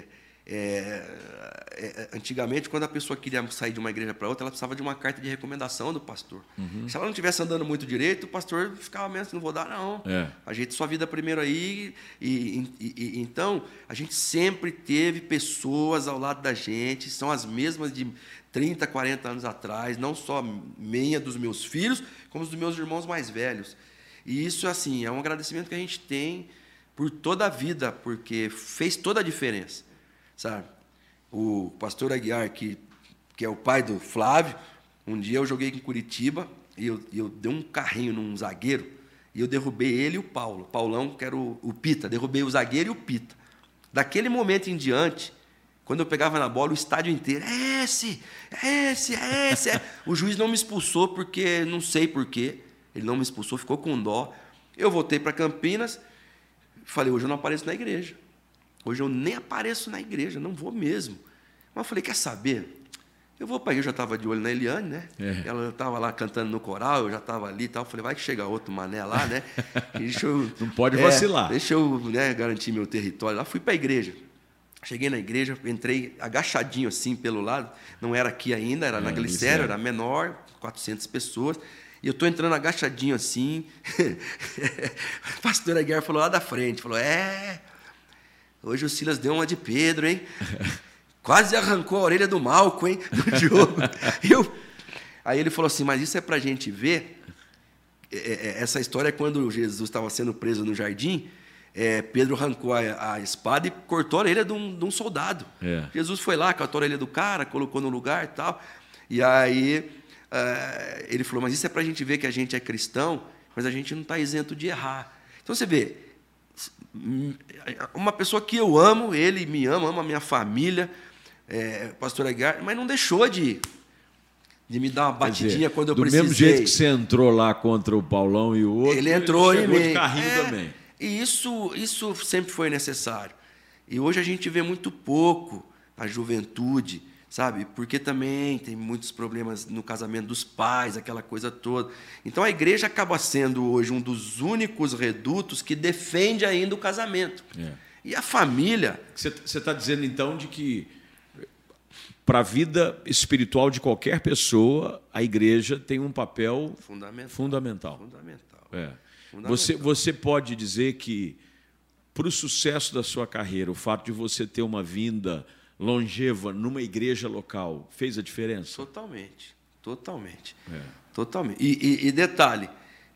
antigamente, quando a pessoa queria sair de uma igreja para outra, ela precisava de uma carta de recomendação do pastor. Se ela não estivesse andando muito direito, o pastor ficava menos, não vou dar, não. Ajeite sua vida primeiro aí. Então, a gente sempre teve pessoas ao lado da gente, são as mesmas de 30, 40 anos atrás, não só minha, dos meus filhos, como dos meus irmãos mais velhos. E isso, assim, é um agradecimento que a gente tem por toda a vida, porque fez toda a diferença. Sabe? O pastor Aguiar, que é o pai do Flávio, um dia eu joguei em Curitiba e eu dei um carrinho num zagueiro e eu derrubei ele e o Paulo. Paulão, que era o Pita. Derrubei o zagueiro e o Pita. Daquele momento em diante, quando eu pegava na bola, o estádio inteiro, é esse. O juiz não me expulsou porque, não sei porquê, ele não me expulsou, ficou com dó. Eu voltei para Campinas, falei, hoje eu não apareço na igreja. Hoje eu nem apareço na igreja, não vou mesmo. Mas eu falei, quer saber? Eu vou para a igreja, eu já estava de olho na Eliane, né? Ela estava lá cantando no coral, eu já estava ali e tal. Eu falei, vai que chega outro mané lá, né? Deixa eu, não pode vacilar. Deixa eu garantir meu território. Lá fui para a igreja. Cheguei na igreja, entrei agachadinho assim pelo lado. Não era aqui ainda, era na Glicério, era menor, 400 pessoas. E eu estou entrando agachadinho assim. A pastora Aguiar falou lá da frente, falou, hoje o Silas deu uma de Pedro, hein? Quase arrancou a orelha do Malco, hein? No jogo. Aí ele falou assim, mas isso é para a gente ver. Essa história é quando Jesus estava sendo preso no jardim, Pedro arrancou a espada e cortou a orelha de um soldado. Jesus foi lá, catou a orelha do cara, colocou no lugar e tal. E aí ele falou, mas isso é para a gente ver que a gente é cristão, mas a gente não está isento de errar. Então você vê, uma pessoa que eu amo, ele me ama a minha família, pastor Aguiar, mas não deixou de me dar uma batidinha quando eu precisei. Do mesmo jeito que você entrou lá contra o Paulão e o outro, ele entrou ele chegou em mim. De carrinho também. E isso sempre foi necessário. E hoje a gente vê muito pouco a juventude, sabe? Porque também tem muitos problemas no casamento dos pais, aquela coisa toda. Então a igreja acaba sendo hoje um dos únicos redutos que defende ainda o casamento. E a família... Você está dizendo, então, de que para a vida espiritual de qualquer pessoa, a igreja tem um papel fundamental. Você pode dizer que, para o sucesso da sua carreira, o fato de você ter uma vinda longeva numa igreja local fez a diferença? Totalmente. E detalhe,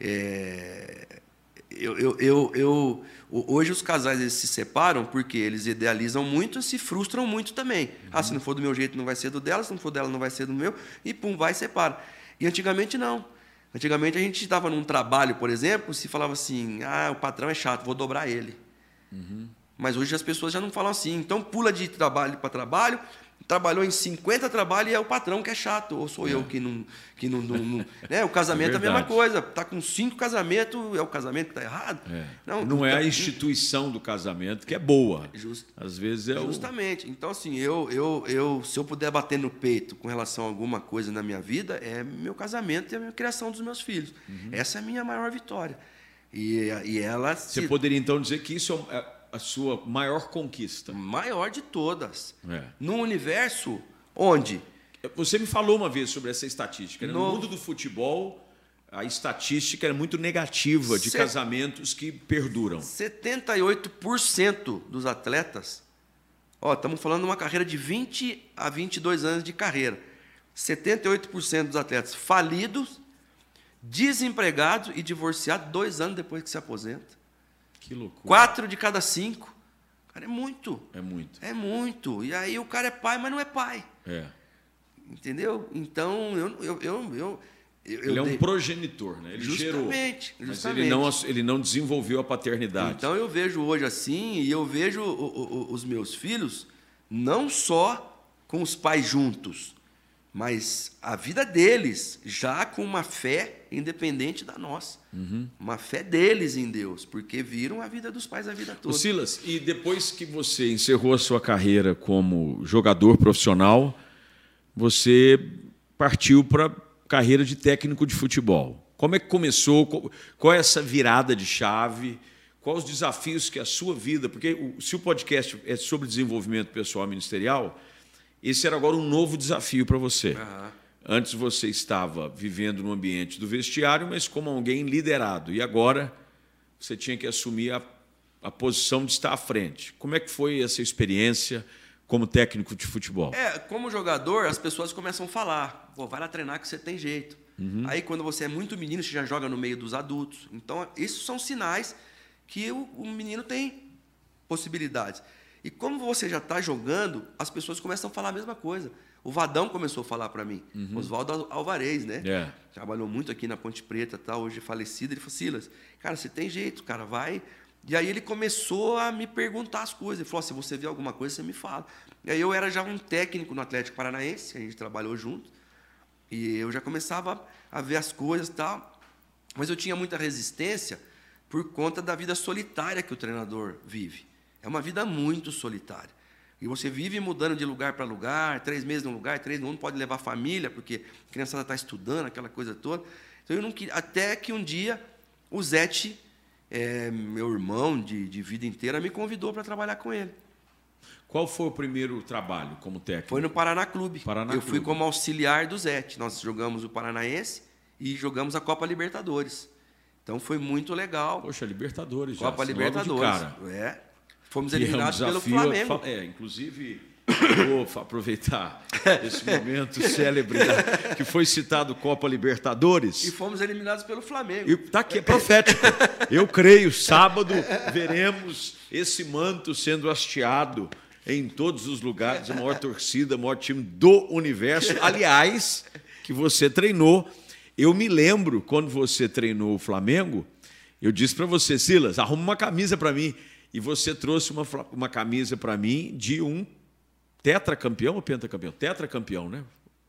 hoje os casais eles se separam porque eles idealizam muito e se frustram muito também. Se não for do meu jeito, não vai ser do dela, se não for dela, não vai ser do meu, e pum, vai e separa. E antigamente não. Antigamente a gente estava num trabalho, por exemplo, se falava assim, o patrão é chato, vou dobrar ele. Mas hoje as pessoas já não falam assim. Então pula de trabalho para trabalho, trabalhou em 50 trabalhos e é o patrão que é chato, ou sou eu que não né? O casamento é a mesma coisa. Está com 5 casamentos, é o casamento que está errado. Não é a instituição do casamento que é boa. Às vezes Justamente. Então, assim, se eu puder bater no peito com relação a alguma coisa na minha vida, é meu casamento e a minha criação dos meus filhos. Essa é a minha maior vitória. E ela... Você poderia, então, dizer que isso é a sua maior conquista? Maior de todas. É. Num universo onde... Você me falou uma vez sobre essa estatística. Né? No mundo do futebol, a estatística é muito negativa de casamentos que perduram. 78% dos atletas... estamos falando de uma carreira de 20 a 22 anos de carreira. 78% dos atletas falidos, desempregados e divorciados 2 anos depois que se aposenta. Que loucura. 4 de cada 5. Cara, é muito. É muito. É muito. E aí o cara é pai, mas não é pai. Entendeu? Então, ele é um progenitor, né? Ele gerou. Justamente. Mas ele não desenvolveu a paternidade. Então eu vejo hoje assim, e eu vejo os meus filhos não só com os pais juntos, mas a vida deles já com uma fé independente da nossa. Uma fé deles em Deus, porque viram a vida dos pais a vida toda. Silas, e depois que você encerrou a sua carreira como jogador profissional, você partiu para a carreira de técnico de futebol. Como é que começou? Qual é essa virada de chave? Quais os desafios que a sua vida... Porque se o podcast é sobre desenvolvimento pessoal ministerial, esse era agora um novo desafio para você. Antes você estava vivendo no ambiente do vestiário, mas como alguém liderado. E agora você tinha que assumir a posição de estar à frente. Como é que foi essa experiência como técnico de futebol? Como jogador, as pessoas começam a falar, vai lá treinar que você tem jeito. Aí, quando você é muito menino, você já joga no meio dos adultos. Então, esses são sinais que o menino tem possibilidades. E como você já está jogando, as pessoas começam a falar a mesma coisa. O Vadão começou a falar para mim, Oswaldo Alvarez, né? Trabalhou muito aqui na Ponte Preta, tá, hoje falecido. Ele falou, Silas, cara, você tem jeito, cara, vai... E aí ele começou a me perguntar as coisas. Ele falou, se você vê alguma coisa, você me fala. E aí eu era já um técnico no Atlético Paranaense, a gente trabalhou junto, e eu já começava a ver as coisas e tal. Mas eu tinha muita resistência por conta da vida solitária que o treinador vive. É uma vida muito solitária. E você vive mudando de lugar para lugar, 3 meses num lugar, 3 no outro, não pode levar a família, porque a criançada está estudando, aquela coisa toda. Então eu não queria, até que um dia o Zete... meu irmão de vida inteira, me convidou para trabalhar com ele. Qual foi o primeiro trabalho como técnico? Foi no Paraná Clube. Eu fui como auxiliar do Zete. Nós jogamos o Paranaense e jogamos a Copa Libertadores. Então foi muito legal. Poxa, Libertadores já. Copa Libertadores. Cara. Fomos eliminados pelo Flamengo. Inclusive, vou aproveitar esse momento célebre que foi citado Copa Libertadores. E fomos eliminados pelo Flamengo. Está aqui, é profético. Eu creio, sábado veremos esse manto sendo hasteado em todos os lugares, a maior torcida, o maior time do universo. Aliás, que você treinou. Eu me lembro, quando você treinou o Flamengo, eu disse para você, Silas, arruma uma camisa para mim. E você trouxe uma camisa para mim de um tetracampeão ou pentacampeão? Tetracampeão, né?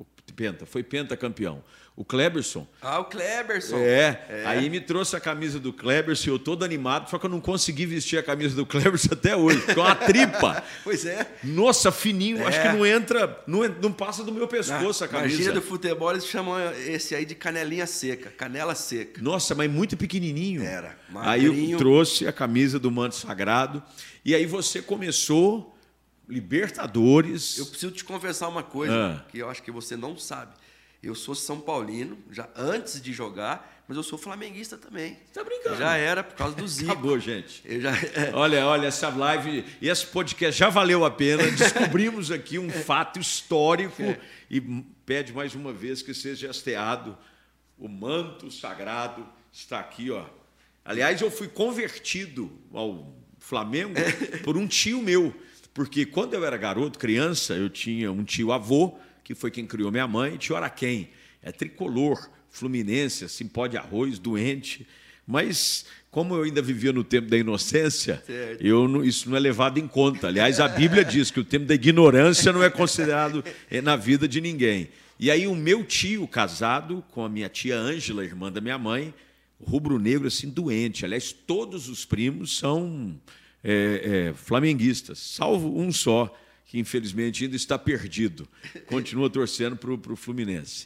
Foi pentacampeão. O Kleberson. O Kleberson. Aí me trouxe a camisa do Kleberson, eu todo animado, só que eu não consegui vestir a camisa do Kleberson até hoje, com uma tripa. Pois é. Nossa, fininho, acho que não entra, não passa do meu pescoço a camisa. Imagina do futebol, eles chamam esse aí de canelinha seca, canela seca. Nossa, mas muito pequenininho. Era, magrinho. Aí eu trouxe a camisa do Manto Sagrado, e aí você começou... Libertadores. Eu preciso te confessar uma coisa que eu acho que você não sabe. Eu sou São Paulino, já antes de jogar, mas eu sou flamenguista também. Você tá brincando? Já era, por causa do Zico. Acabou, gente. Olha, essa live e esse podcast já valeu a pena. Descobrimos aqui um fato histórico e pede mais uma vez que seja hasteado. O manto sagrado está aqui, ó. Aliás, eu fui convertido ao Flamengo por um tio meu. Porque quando eu era garoto, criança, eu tinha um tio-avô, que foi quem criou minha mãe, tio Araquém. É tricolor, fluminense, assim, pó de arroz, doente. Mas, como eu ainda vivia no tempo da inocência, isso não é levado em conta. Aliás, a Bíblia diz que o tempo da ignorância não é considerado na vida de ninguém. E aí o meu tio, casado com a minha tia Ângela, irmã da minha mãe, rubro-negro, assim, doente. Aliás, todos os primos são... flamenguistas, salvo um só, que infelizmente ainda está perdido, continua torcendo para o Fluminense.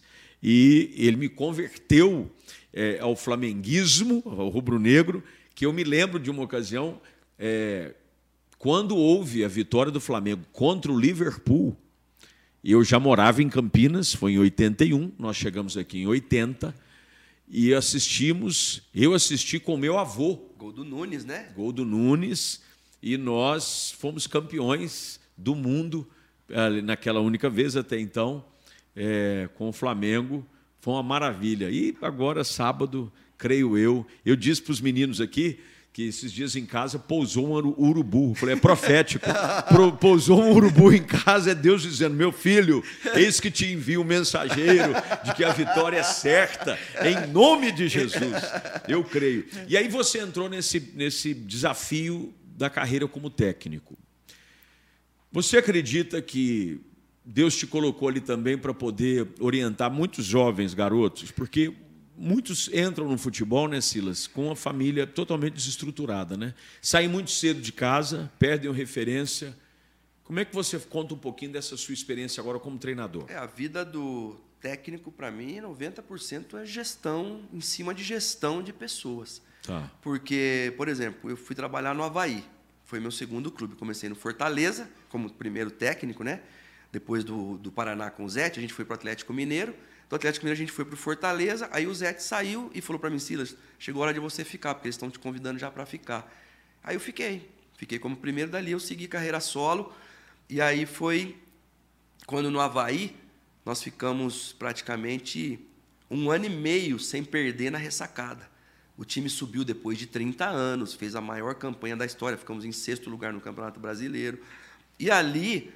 e ele me converteu ao flamenguismo, ao rubro-negro, que eu me lembro de uma ocasião, quando houve a vitória do Flamengo contra o Liverpool. Eu já morava em Campinas, foi em 81, nós chegamos aqui em 80, e eu assisti com meu avô. Gol do Nunes, né? Gol do Nunes, e nós fomos campeões do mundo, naquela única vez até então, com o Flamengo. Foi uma maravilha. E agora, sábado, creio eu disse para os meninos aqui que esses dias em casa pousou um urubu. Eu falei, é profético. Pousou um urubu em casa, é Deus dizendo, meu filho, eis que te envio um mensageiro de que a vitória é certa, em nome de Jesus. Eu creio. E aí você entrou nesse desafio da carreira como técnico. Você acredita que Deus te colocou ali também para poder orientar muitos jovens garotos? Porque muitos entram no futebol, né, Silas, com uma família totalmente desestruturada, né? Saem muito cedo de casa, perdem a referência. Como é que você conta um pouquinho dessa sua experiência agora como treinador? A vida do técnico, para mim, 90% é gestão, em cima de gestão de pessoas. Tá. Porque, por exemplo, eu fui trabalhar no Avaí. Foi meu segundo clube. Comecei no Fortaleza, como primeiro técnico, né? Depois do Paraná com o Zete, a gente foi para o Atlético Mineiro. Do Atlético Mineiro a gente foi para o Fortaleza. Aí o Zete saiu e falou para mim, Silas, chegou a hora de você ficar, porque eles estão te convidando já para ficar. Aí eu fiquei. Fiquei como primeiro dali, eu segui carreira solo. E aí foi quando no Avaí nós ficamos praticamente 1 ano e meio sem perder na ressacada. O time subiu depois de 30 anos, fez a maior campanha da história, ficamos em 6º lugar no Campeonato Brasileiro. E ali,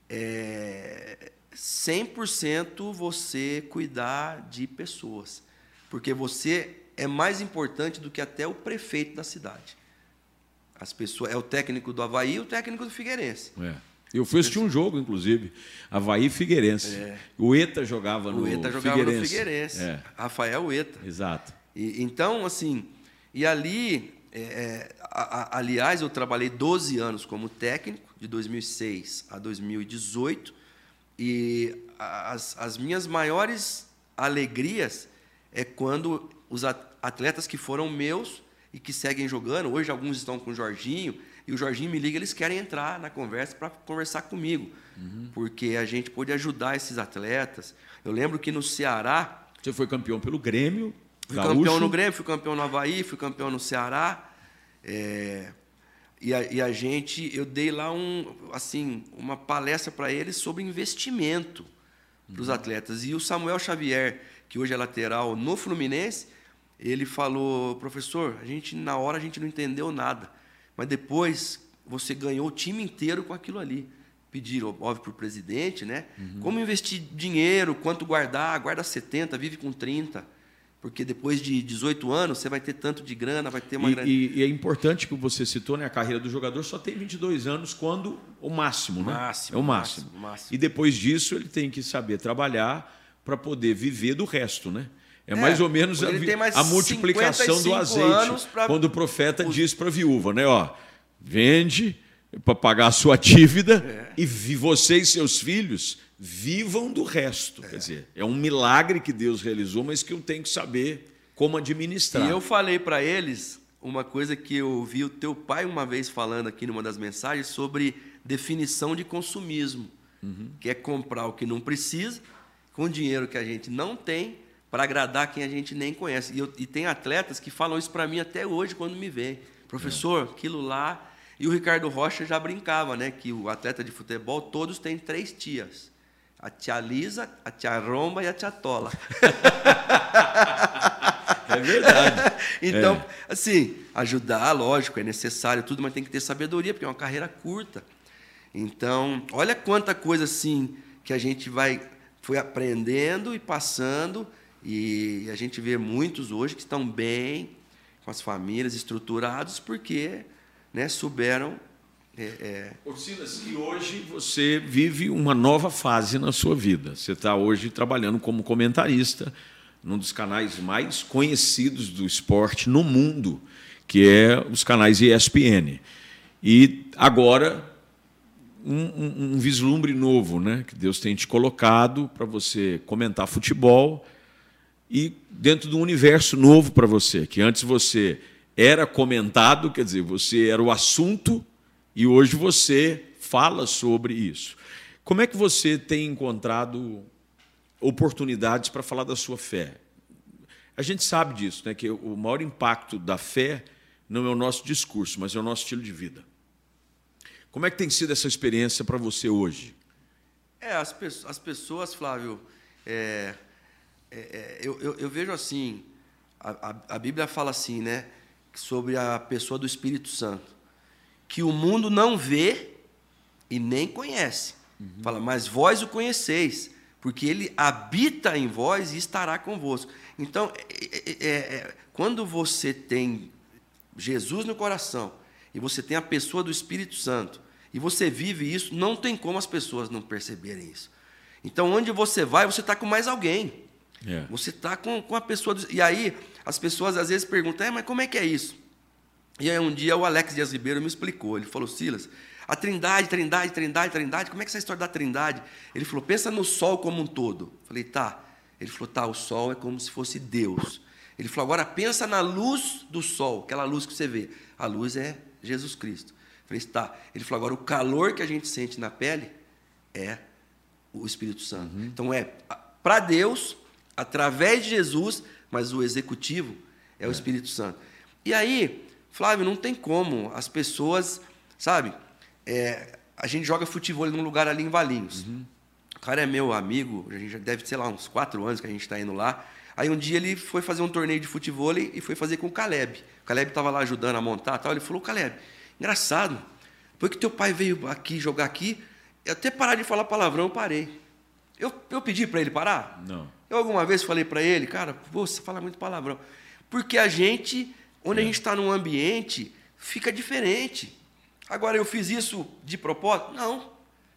100% você cuidar de pessoas, porque você é mais importante do que até o prefeito da cidade. As pessoas, é o técnico do Avaí e o técnico do Figueirense. Eu fui assistir um jogo, inclusive, Avaí e Figueirense. O ETA jogava no Figueirense. Rafael ETA. Exato. Então, assim, e ali, aliás, eu trabalhei 12 anos como técnico, de 2006 a 2018, e as minhas maiores alegrias é quando os atletas que foram meus e que seguem jogando, hoje alguns estão com o Jorginho, e o Jorginho me liga, eles querem entrar na conversa para conversar comigo, porque a gente pôde ajudar esses atletas. Eu lembro que no Ceará... Você foi campeão pelo Grêmio, Fui campeão no Grêmio, fui campeão no Avaí, fui campeão no Ceará. Eu dei lá uma palestra para eles sobre investimento para os atletas. E o Samuel Xavier, que hoje é lateral no Fluminense, ele falou, professor, na hora a gente não entendeu nada, mas depois você ganhou o time inteiro com aquilo ali. Pediram, óbvio, para o presidente, né? Como investir dinheiro, quanto guardar, guarda 70, vive com 30. Porque depois de 18 anos, você vai ter tanto de grana, vai ter uma grana... E é importante que você citou, né? A carreira do jogador só tem 22 anos quando o máximo, né? Máximo, é o máximo. E depois disso, ele tem que saber trabalhar para poder viver do resto, né? Mais ou menos a multiplicação do azeite. Quando o profeta diz para a viúva, né? Vende para pagar a sua dívida e você e seus filhos vivam do resto. Quer dizer, é um milagre que Deus realizou, mas que eu tenho que saber como administrar. E eu falei para eles uma coisa que eu ouvi o teu pai uma vez falando aqui numa das mensagens sobre definição de consumismo, que é comprar o que não precisa, com dinheiro que a gente não tem, para agradar quem a gente nem conhece. E tem atletas que falam isso para mim até hoje, quando me veem. Professor, aquilo lá... E o Ricardo Rocha já brincava, né, que o atleta de futebol, todos têm 3 tias. A tia Lisa, a tia Romba e a tia Tola. É verdade. Então, assim, ajudar, lógico, é necessário tudo, mas tem que ter sabedoria, porque é uma carreira curta. Então, olha quanta coisa assim que a gente foi aprendendo e passando, e a gente vê muitos hoje que estão bem, com as famílias estruturados, porque... souberam... Silas, e hoje você vive uma nova fase na sua vida. Você está hoje trabalhando como comentarista num dos canais mais conhecidos do esporte no mundo, que é os canais ESPN. E agora, um vislumbre novo, né, que Deus tem te colocado para você comentar futebol e dentro de um universo novo para você, que antes você era comentado, quer dizer, você era o assunto, e hoje você fala sobre isso. Como é que você tem encontrado oportunidades para falar da sua fé? A gente sabe disso, né, que o maior impacto da fé não é o nosso discurso, mas é o nosso estilo de vida. Como é que tem sido essa experiência para você hoje? As pessoas, Flávio, eu vejo assim, a Bíblia fala assim, né, sobre a pessoa do Espírito Santo, que o mundo não vê e nem conhece. Fala, mas vós o conheceis, porque ele habita em vós e estará convosco. Então, quando você tem Jesus no coração e você tem a pessoa do Espírito Santo e você vive isso, não tem como as pessoas não perceberem isso. Então, onde você vai, você está com mais alguém. Você está com a pessoa... E aí, as pessoas às vezes perguntam, mas como é que é isso? E aí, um dia, o Alex Dias Ribeiro me explicou. Ele falou, Silas, a Trindade, como é que é essa história da Trindade? Ele falou, pensa no sol como um todo. Eu falei, tá. Ele falou, tá, o sol é como se fosse Deus. Ele falou, agora pensa na luz do sol, aquela luz que você vê. A luz é Jesus Cristo. Eu falei, tá. Ele falou, agora o calor que a gente sente na pele é o Espírito Santo. Então, para Deus, através de Jesus, mas o executivo é o Espírito Santo. E aí, Flávio, não tem como. As pessoas, sabe, a gente joga futebol num lugar ali em Valinhos. O cara é meu amigo, a gente já deve, sei lá, uns 4 anos que a gente está indo lá. Aí um dia ele foi fazer um torneio de futebol e foi fazer com o Caleb. O Caleb estava lá ajudando a montar e tal. Ele falou, Caleb, engraçado, depois que teu pai veio aqui jogar aqui, eu até parar de falar palavrão, eu parei. Eu pedi para ele parar? Não. Eu alguma vez falei para ele, cara, você fala muito palavrão. Porque a gente, onde a gente está num ambiente, fica diferente. Agora, eu fiz isso de propósito? Não.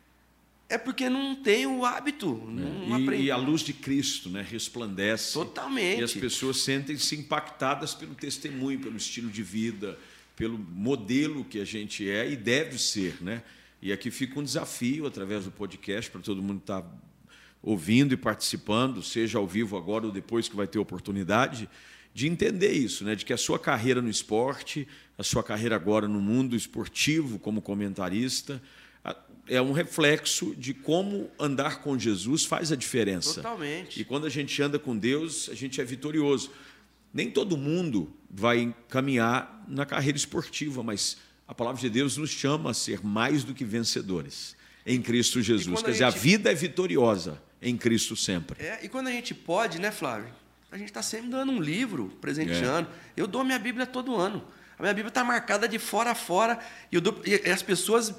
É porque não tem o hábito. Não aprendi. E a luz de Cristo, né, resplandece. Totalmente. E as pessoas sentem-se impactadas pelo testemunho, pelo estilo de vida, pelo modelo que a gente é e deve ser, né? E aqui fica um desafio, através do podcast, para todo mundo estar ouvindo e participando, seja ao vivo agora ou depois que vai ter oportunidade, de entender isso, né? De que a sua carreira no esporte, a sua carreira agora no mundo esportivo como comentarista, é um reflexo de como andar com Jesus faz a diferença. Totalmente. E quando a gente anda com Deus, a gente é vitorioso. Nem todo mundo vai caminhar na carreira esportiva, mas a palavra de Deus nos chama a ser mais do que vencedores em Cristo Jesus. Quer dizer, a vida é vitoriosa em Cristo sempre. E quando a gente pode, né, Flávio? A gente está sempre dando um livro, presenteando. Eu dou minha Bíblia todo ano. A minha Bíblia está marcada de fora a fora. E as pessoas...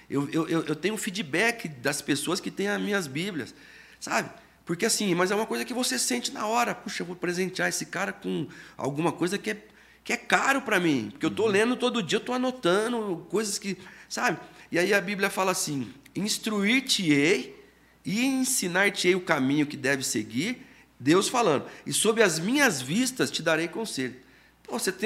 Eu tenho feedback das pessoas que têm as minhas Bíblias, sabe? Porque assim, mas é uma coisa que você sente na hora. Puxa, eu vou presentear esse cara com alguma coisa que é caro para mim. Porque eu estou lendo todo dia, eu estou anotando coisas que... Sabe? E aí a Bíblia fala assim, instruir-te-ei e ensinar-te-ei o caminho que deve seguir, Deus falando, e sob as minhas vistas te darei conselho. Pô, você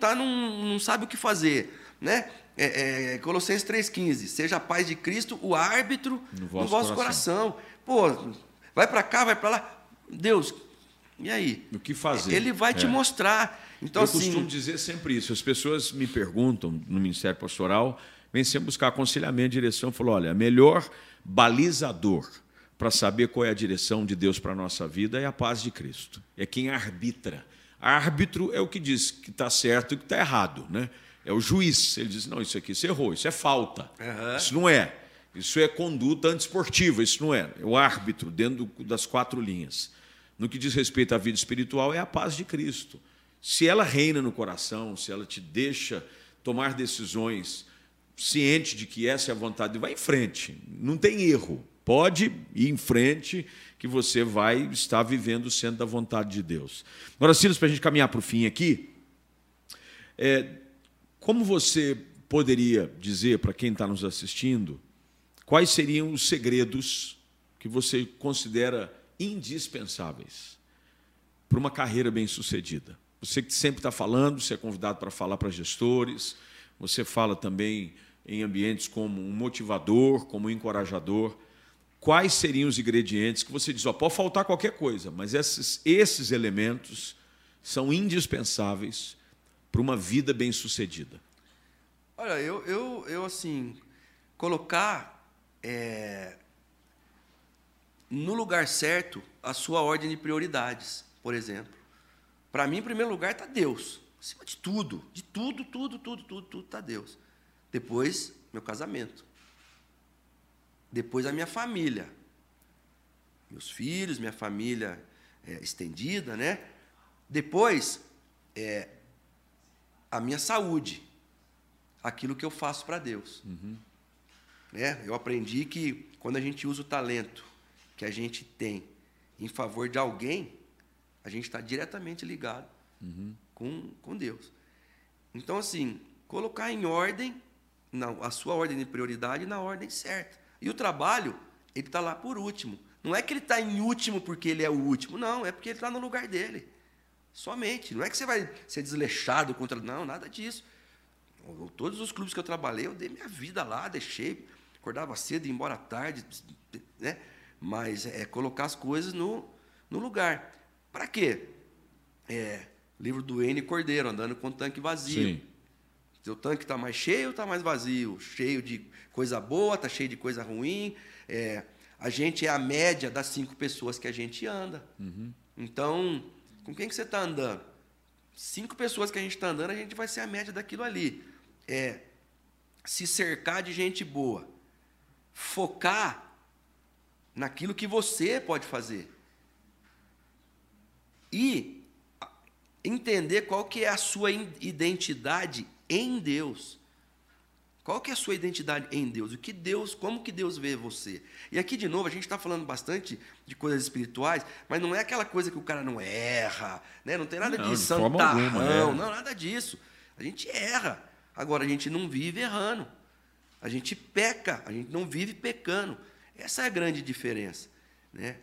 não sabe o que fazer, né? Colossenses 3,15, seja a paz de Cristo o árbitro no vosso coração. Pô, vai para cá, vai para lá. Deus, e aí? O que fazer? Ele vai te mostrar. Então, eu costumo dizer sempre isso. As pessoas me perguntam no Ministério Pastoral, vem sempre buscar aconselhamento, direção. Falou, olha, melhor balizador para saber qual é a direção de Deus para a nossa vida é a paz de Cristo. É quem arbitra. Árbitro é o que diz que está certo e que está errado, né? É o juiz. Ele diz, não, isso aqui você errou, isso é falta. Isso não é. Isso é conduta antiesportiva, isso não é. É o árbitro dentro das 4 linhas. No que diz respeito à vida espiritual, é a paz de Cristo. Se ela reina no coração, se ela te deixa tomar decisões ciente de que essa é a vontade, vai em frente. Não tem erro. Pode ir em frente que você vai estar vivendo o centro da vontade de Deus. Agora, Silas, para a gente caminhar para o fim aqui, como você poderia dizer para quem está nos assistindo quais seriam os segredos que você considera indispensáveis para uma carreira bem-sucedida? Você que sempre está falando, você é convidado para falar para gestores, você fala também em ambientes como um motivador, como um encorajador. quais seriam os ingredientes que você diz, pode faltar qualquer coisa, mas esses elementos são indispensáveis para uma vida bem-sucedida? Olha, eu assim, colocar no lugar certo a sua ordem de prioridades, por exemplo. Para mim, em primeiro lugar, está Deus. Acima de tudo, tudo está Deus. Depois, meu casamento. Depois, a minha família. Meus filhos, minha família estendida, né? Depois, a minha saúde. Aquilo que eu faço para Deus. Eu aprendi que, quando a gente usa o talento que a gente tem em favor de alguém, a gente está diretamente ligado com Deus. Então, assim, colocar em ordem, a sua ordem de prioridade na ordem certa. E o trabalho, ele está lá por último. Não é que ele está em último porque ele é o último. Não, é porque ele está no lugar dele. Somente. Não é que você vai ser desleixado contra... Não, nada disso. Todos os clubes que eu trabalhei, eu dei minha vida lá, deixei, acordava cedo, ia embora tarde, né? Mas colocar as coisas no lugar. Para quê? Livro do N. Cordeiro, andando com o tanque vazio. Sim. Seu tanque está mais cheio ou está mais vazio? Cheio de coisa boa, está cheio de coisa ruim. A gente é a média das 5 pessoas que a gente anda. Então, com quem que você está andando? 5 pessoas que a gente está andando, a gente vai ser a média daquilo ali. Se cercar de gente boa. Focar naquilo que você pode fazer. E entender qual que é a sua identidade em Deus. Qual que é a sua identidade em Deus? Como que Deus vê você? E aqui, de novo, a gente está falando bastante de coisas espirituais, mas não é aquela coisa que o cara não erra, né? Não tem nada de santarrão, não, nada disso. A gente erra. Agora, a gente não vive errando. A gente peca, a gente não vive pecando. Essa é a grande diferença, né?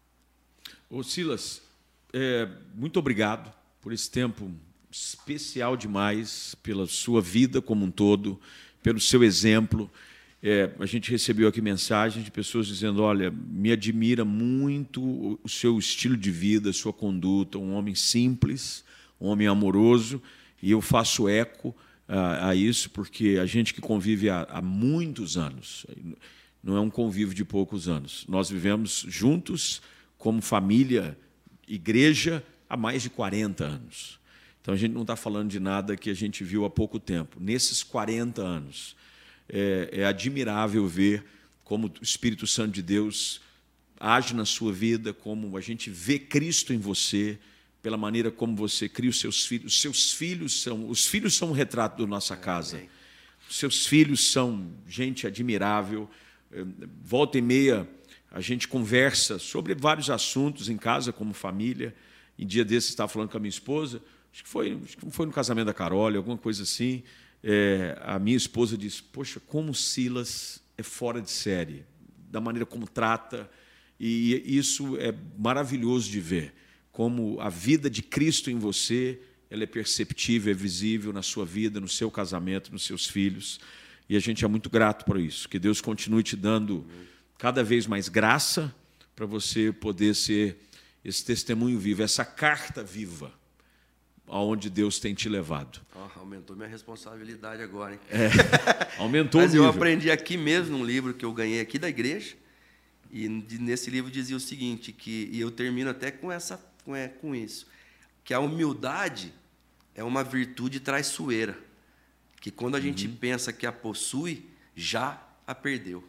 Ô Silas, muito obrigado por esse tempo especial demais, pela sua vida como um todo, pelo seu exemplo. A gente recebeu aqui mensagens de pessoas dizendo, olha, me admira muito o seu estilo de vida, a sua conduta, um homem simples, um homem amoroso, e eu faço eco a isso, porque a gente que convive há muitos anos, não é um convívio de poucos anos, nós vivemos juntos como família, igreja, há mais de 40 anos. Então, a gente não está falando de nada que a gente viu há pouco tempo. Nesses 40 anos, é admirável ver como o Espírito Santo de Deus age na sua vida, como a gente vê Cristo em você, pela maneira como você cria os seus filhos. Os filhos são um retrato da nossa casa. Os seus filhos são gente admirável. Volta e meia, a gente conversa sobre vários assuntos em casa, como família. Em dia desses, estava falando com a minha esposa, acho que foi no casamento da Carol, alguma coisa assim. A minha esposa disse, poxa, como o Silas é fora de série, da maneira como trata, e isso é maravilhoso de ver, como a vida de Cristo em você, ela é perceptível, é visível na sua vida, no seu casamento, nos seus filhos, e a gente é muito grato por isso. Que Deus continue te dando cada vez mais graça para você poder ser esse testemunho vivo, essa carta viva, aonde Deus tem te levado. Aumentou minha responsabilidade agora, hein? Aumentou Mas o nível. eu aprendi aqui mesmo, num livro que eu ganhei aqui da igreja, e nesse livro dizia o seguinte, e eu termino até com isso, que a humildade é uma virtude traiçoeira, que quando a gente pensa que a possui, já a perdeu.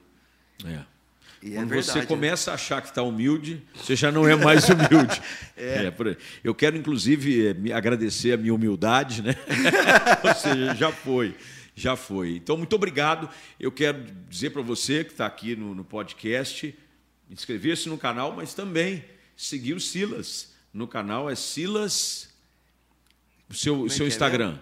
E quando verdade, você começa a achar que está humilde, você já não é mais humilde. Eu quero, inclusive, agradecer a minha humildade, né? Ou seja, já foi. Então, muito obrigado. Eu quero dizer para você que está aqui no podcast, inscrever-se no canal, mas também seguir o Silas. No canal é Silas, o seu Instagram.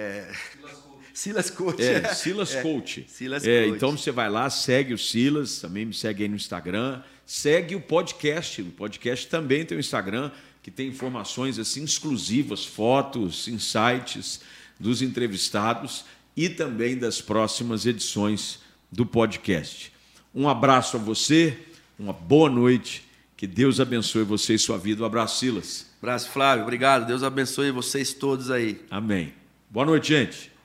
Silas Coach. Silas Coach. Silas Coach. Então você vai lá, segue o Silas, também me segue aí no Instagram, segue o podcast. O podcast também tem o Instagram, que tem informações assim exclusivas, fotos, insights dos entrevistados e também das próximas edições do podcast. Um abraço a você, uma boa noite. Que Deus abençoe você e sua vida. Um abraço, Silas. Abraço, Flávio. Obrigado. Deus abençoe vocês todos aí. Amém. Boa noite, gente.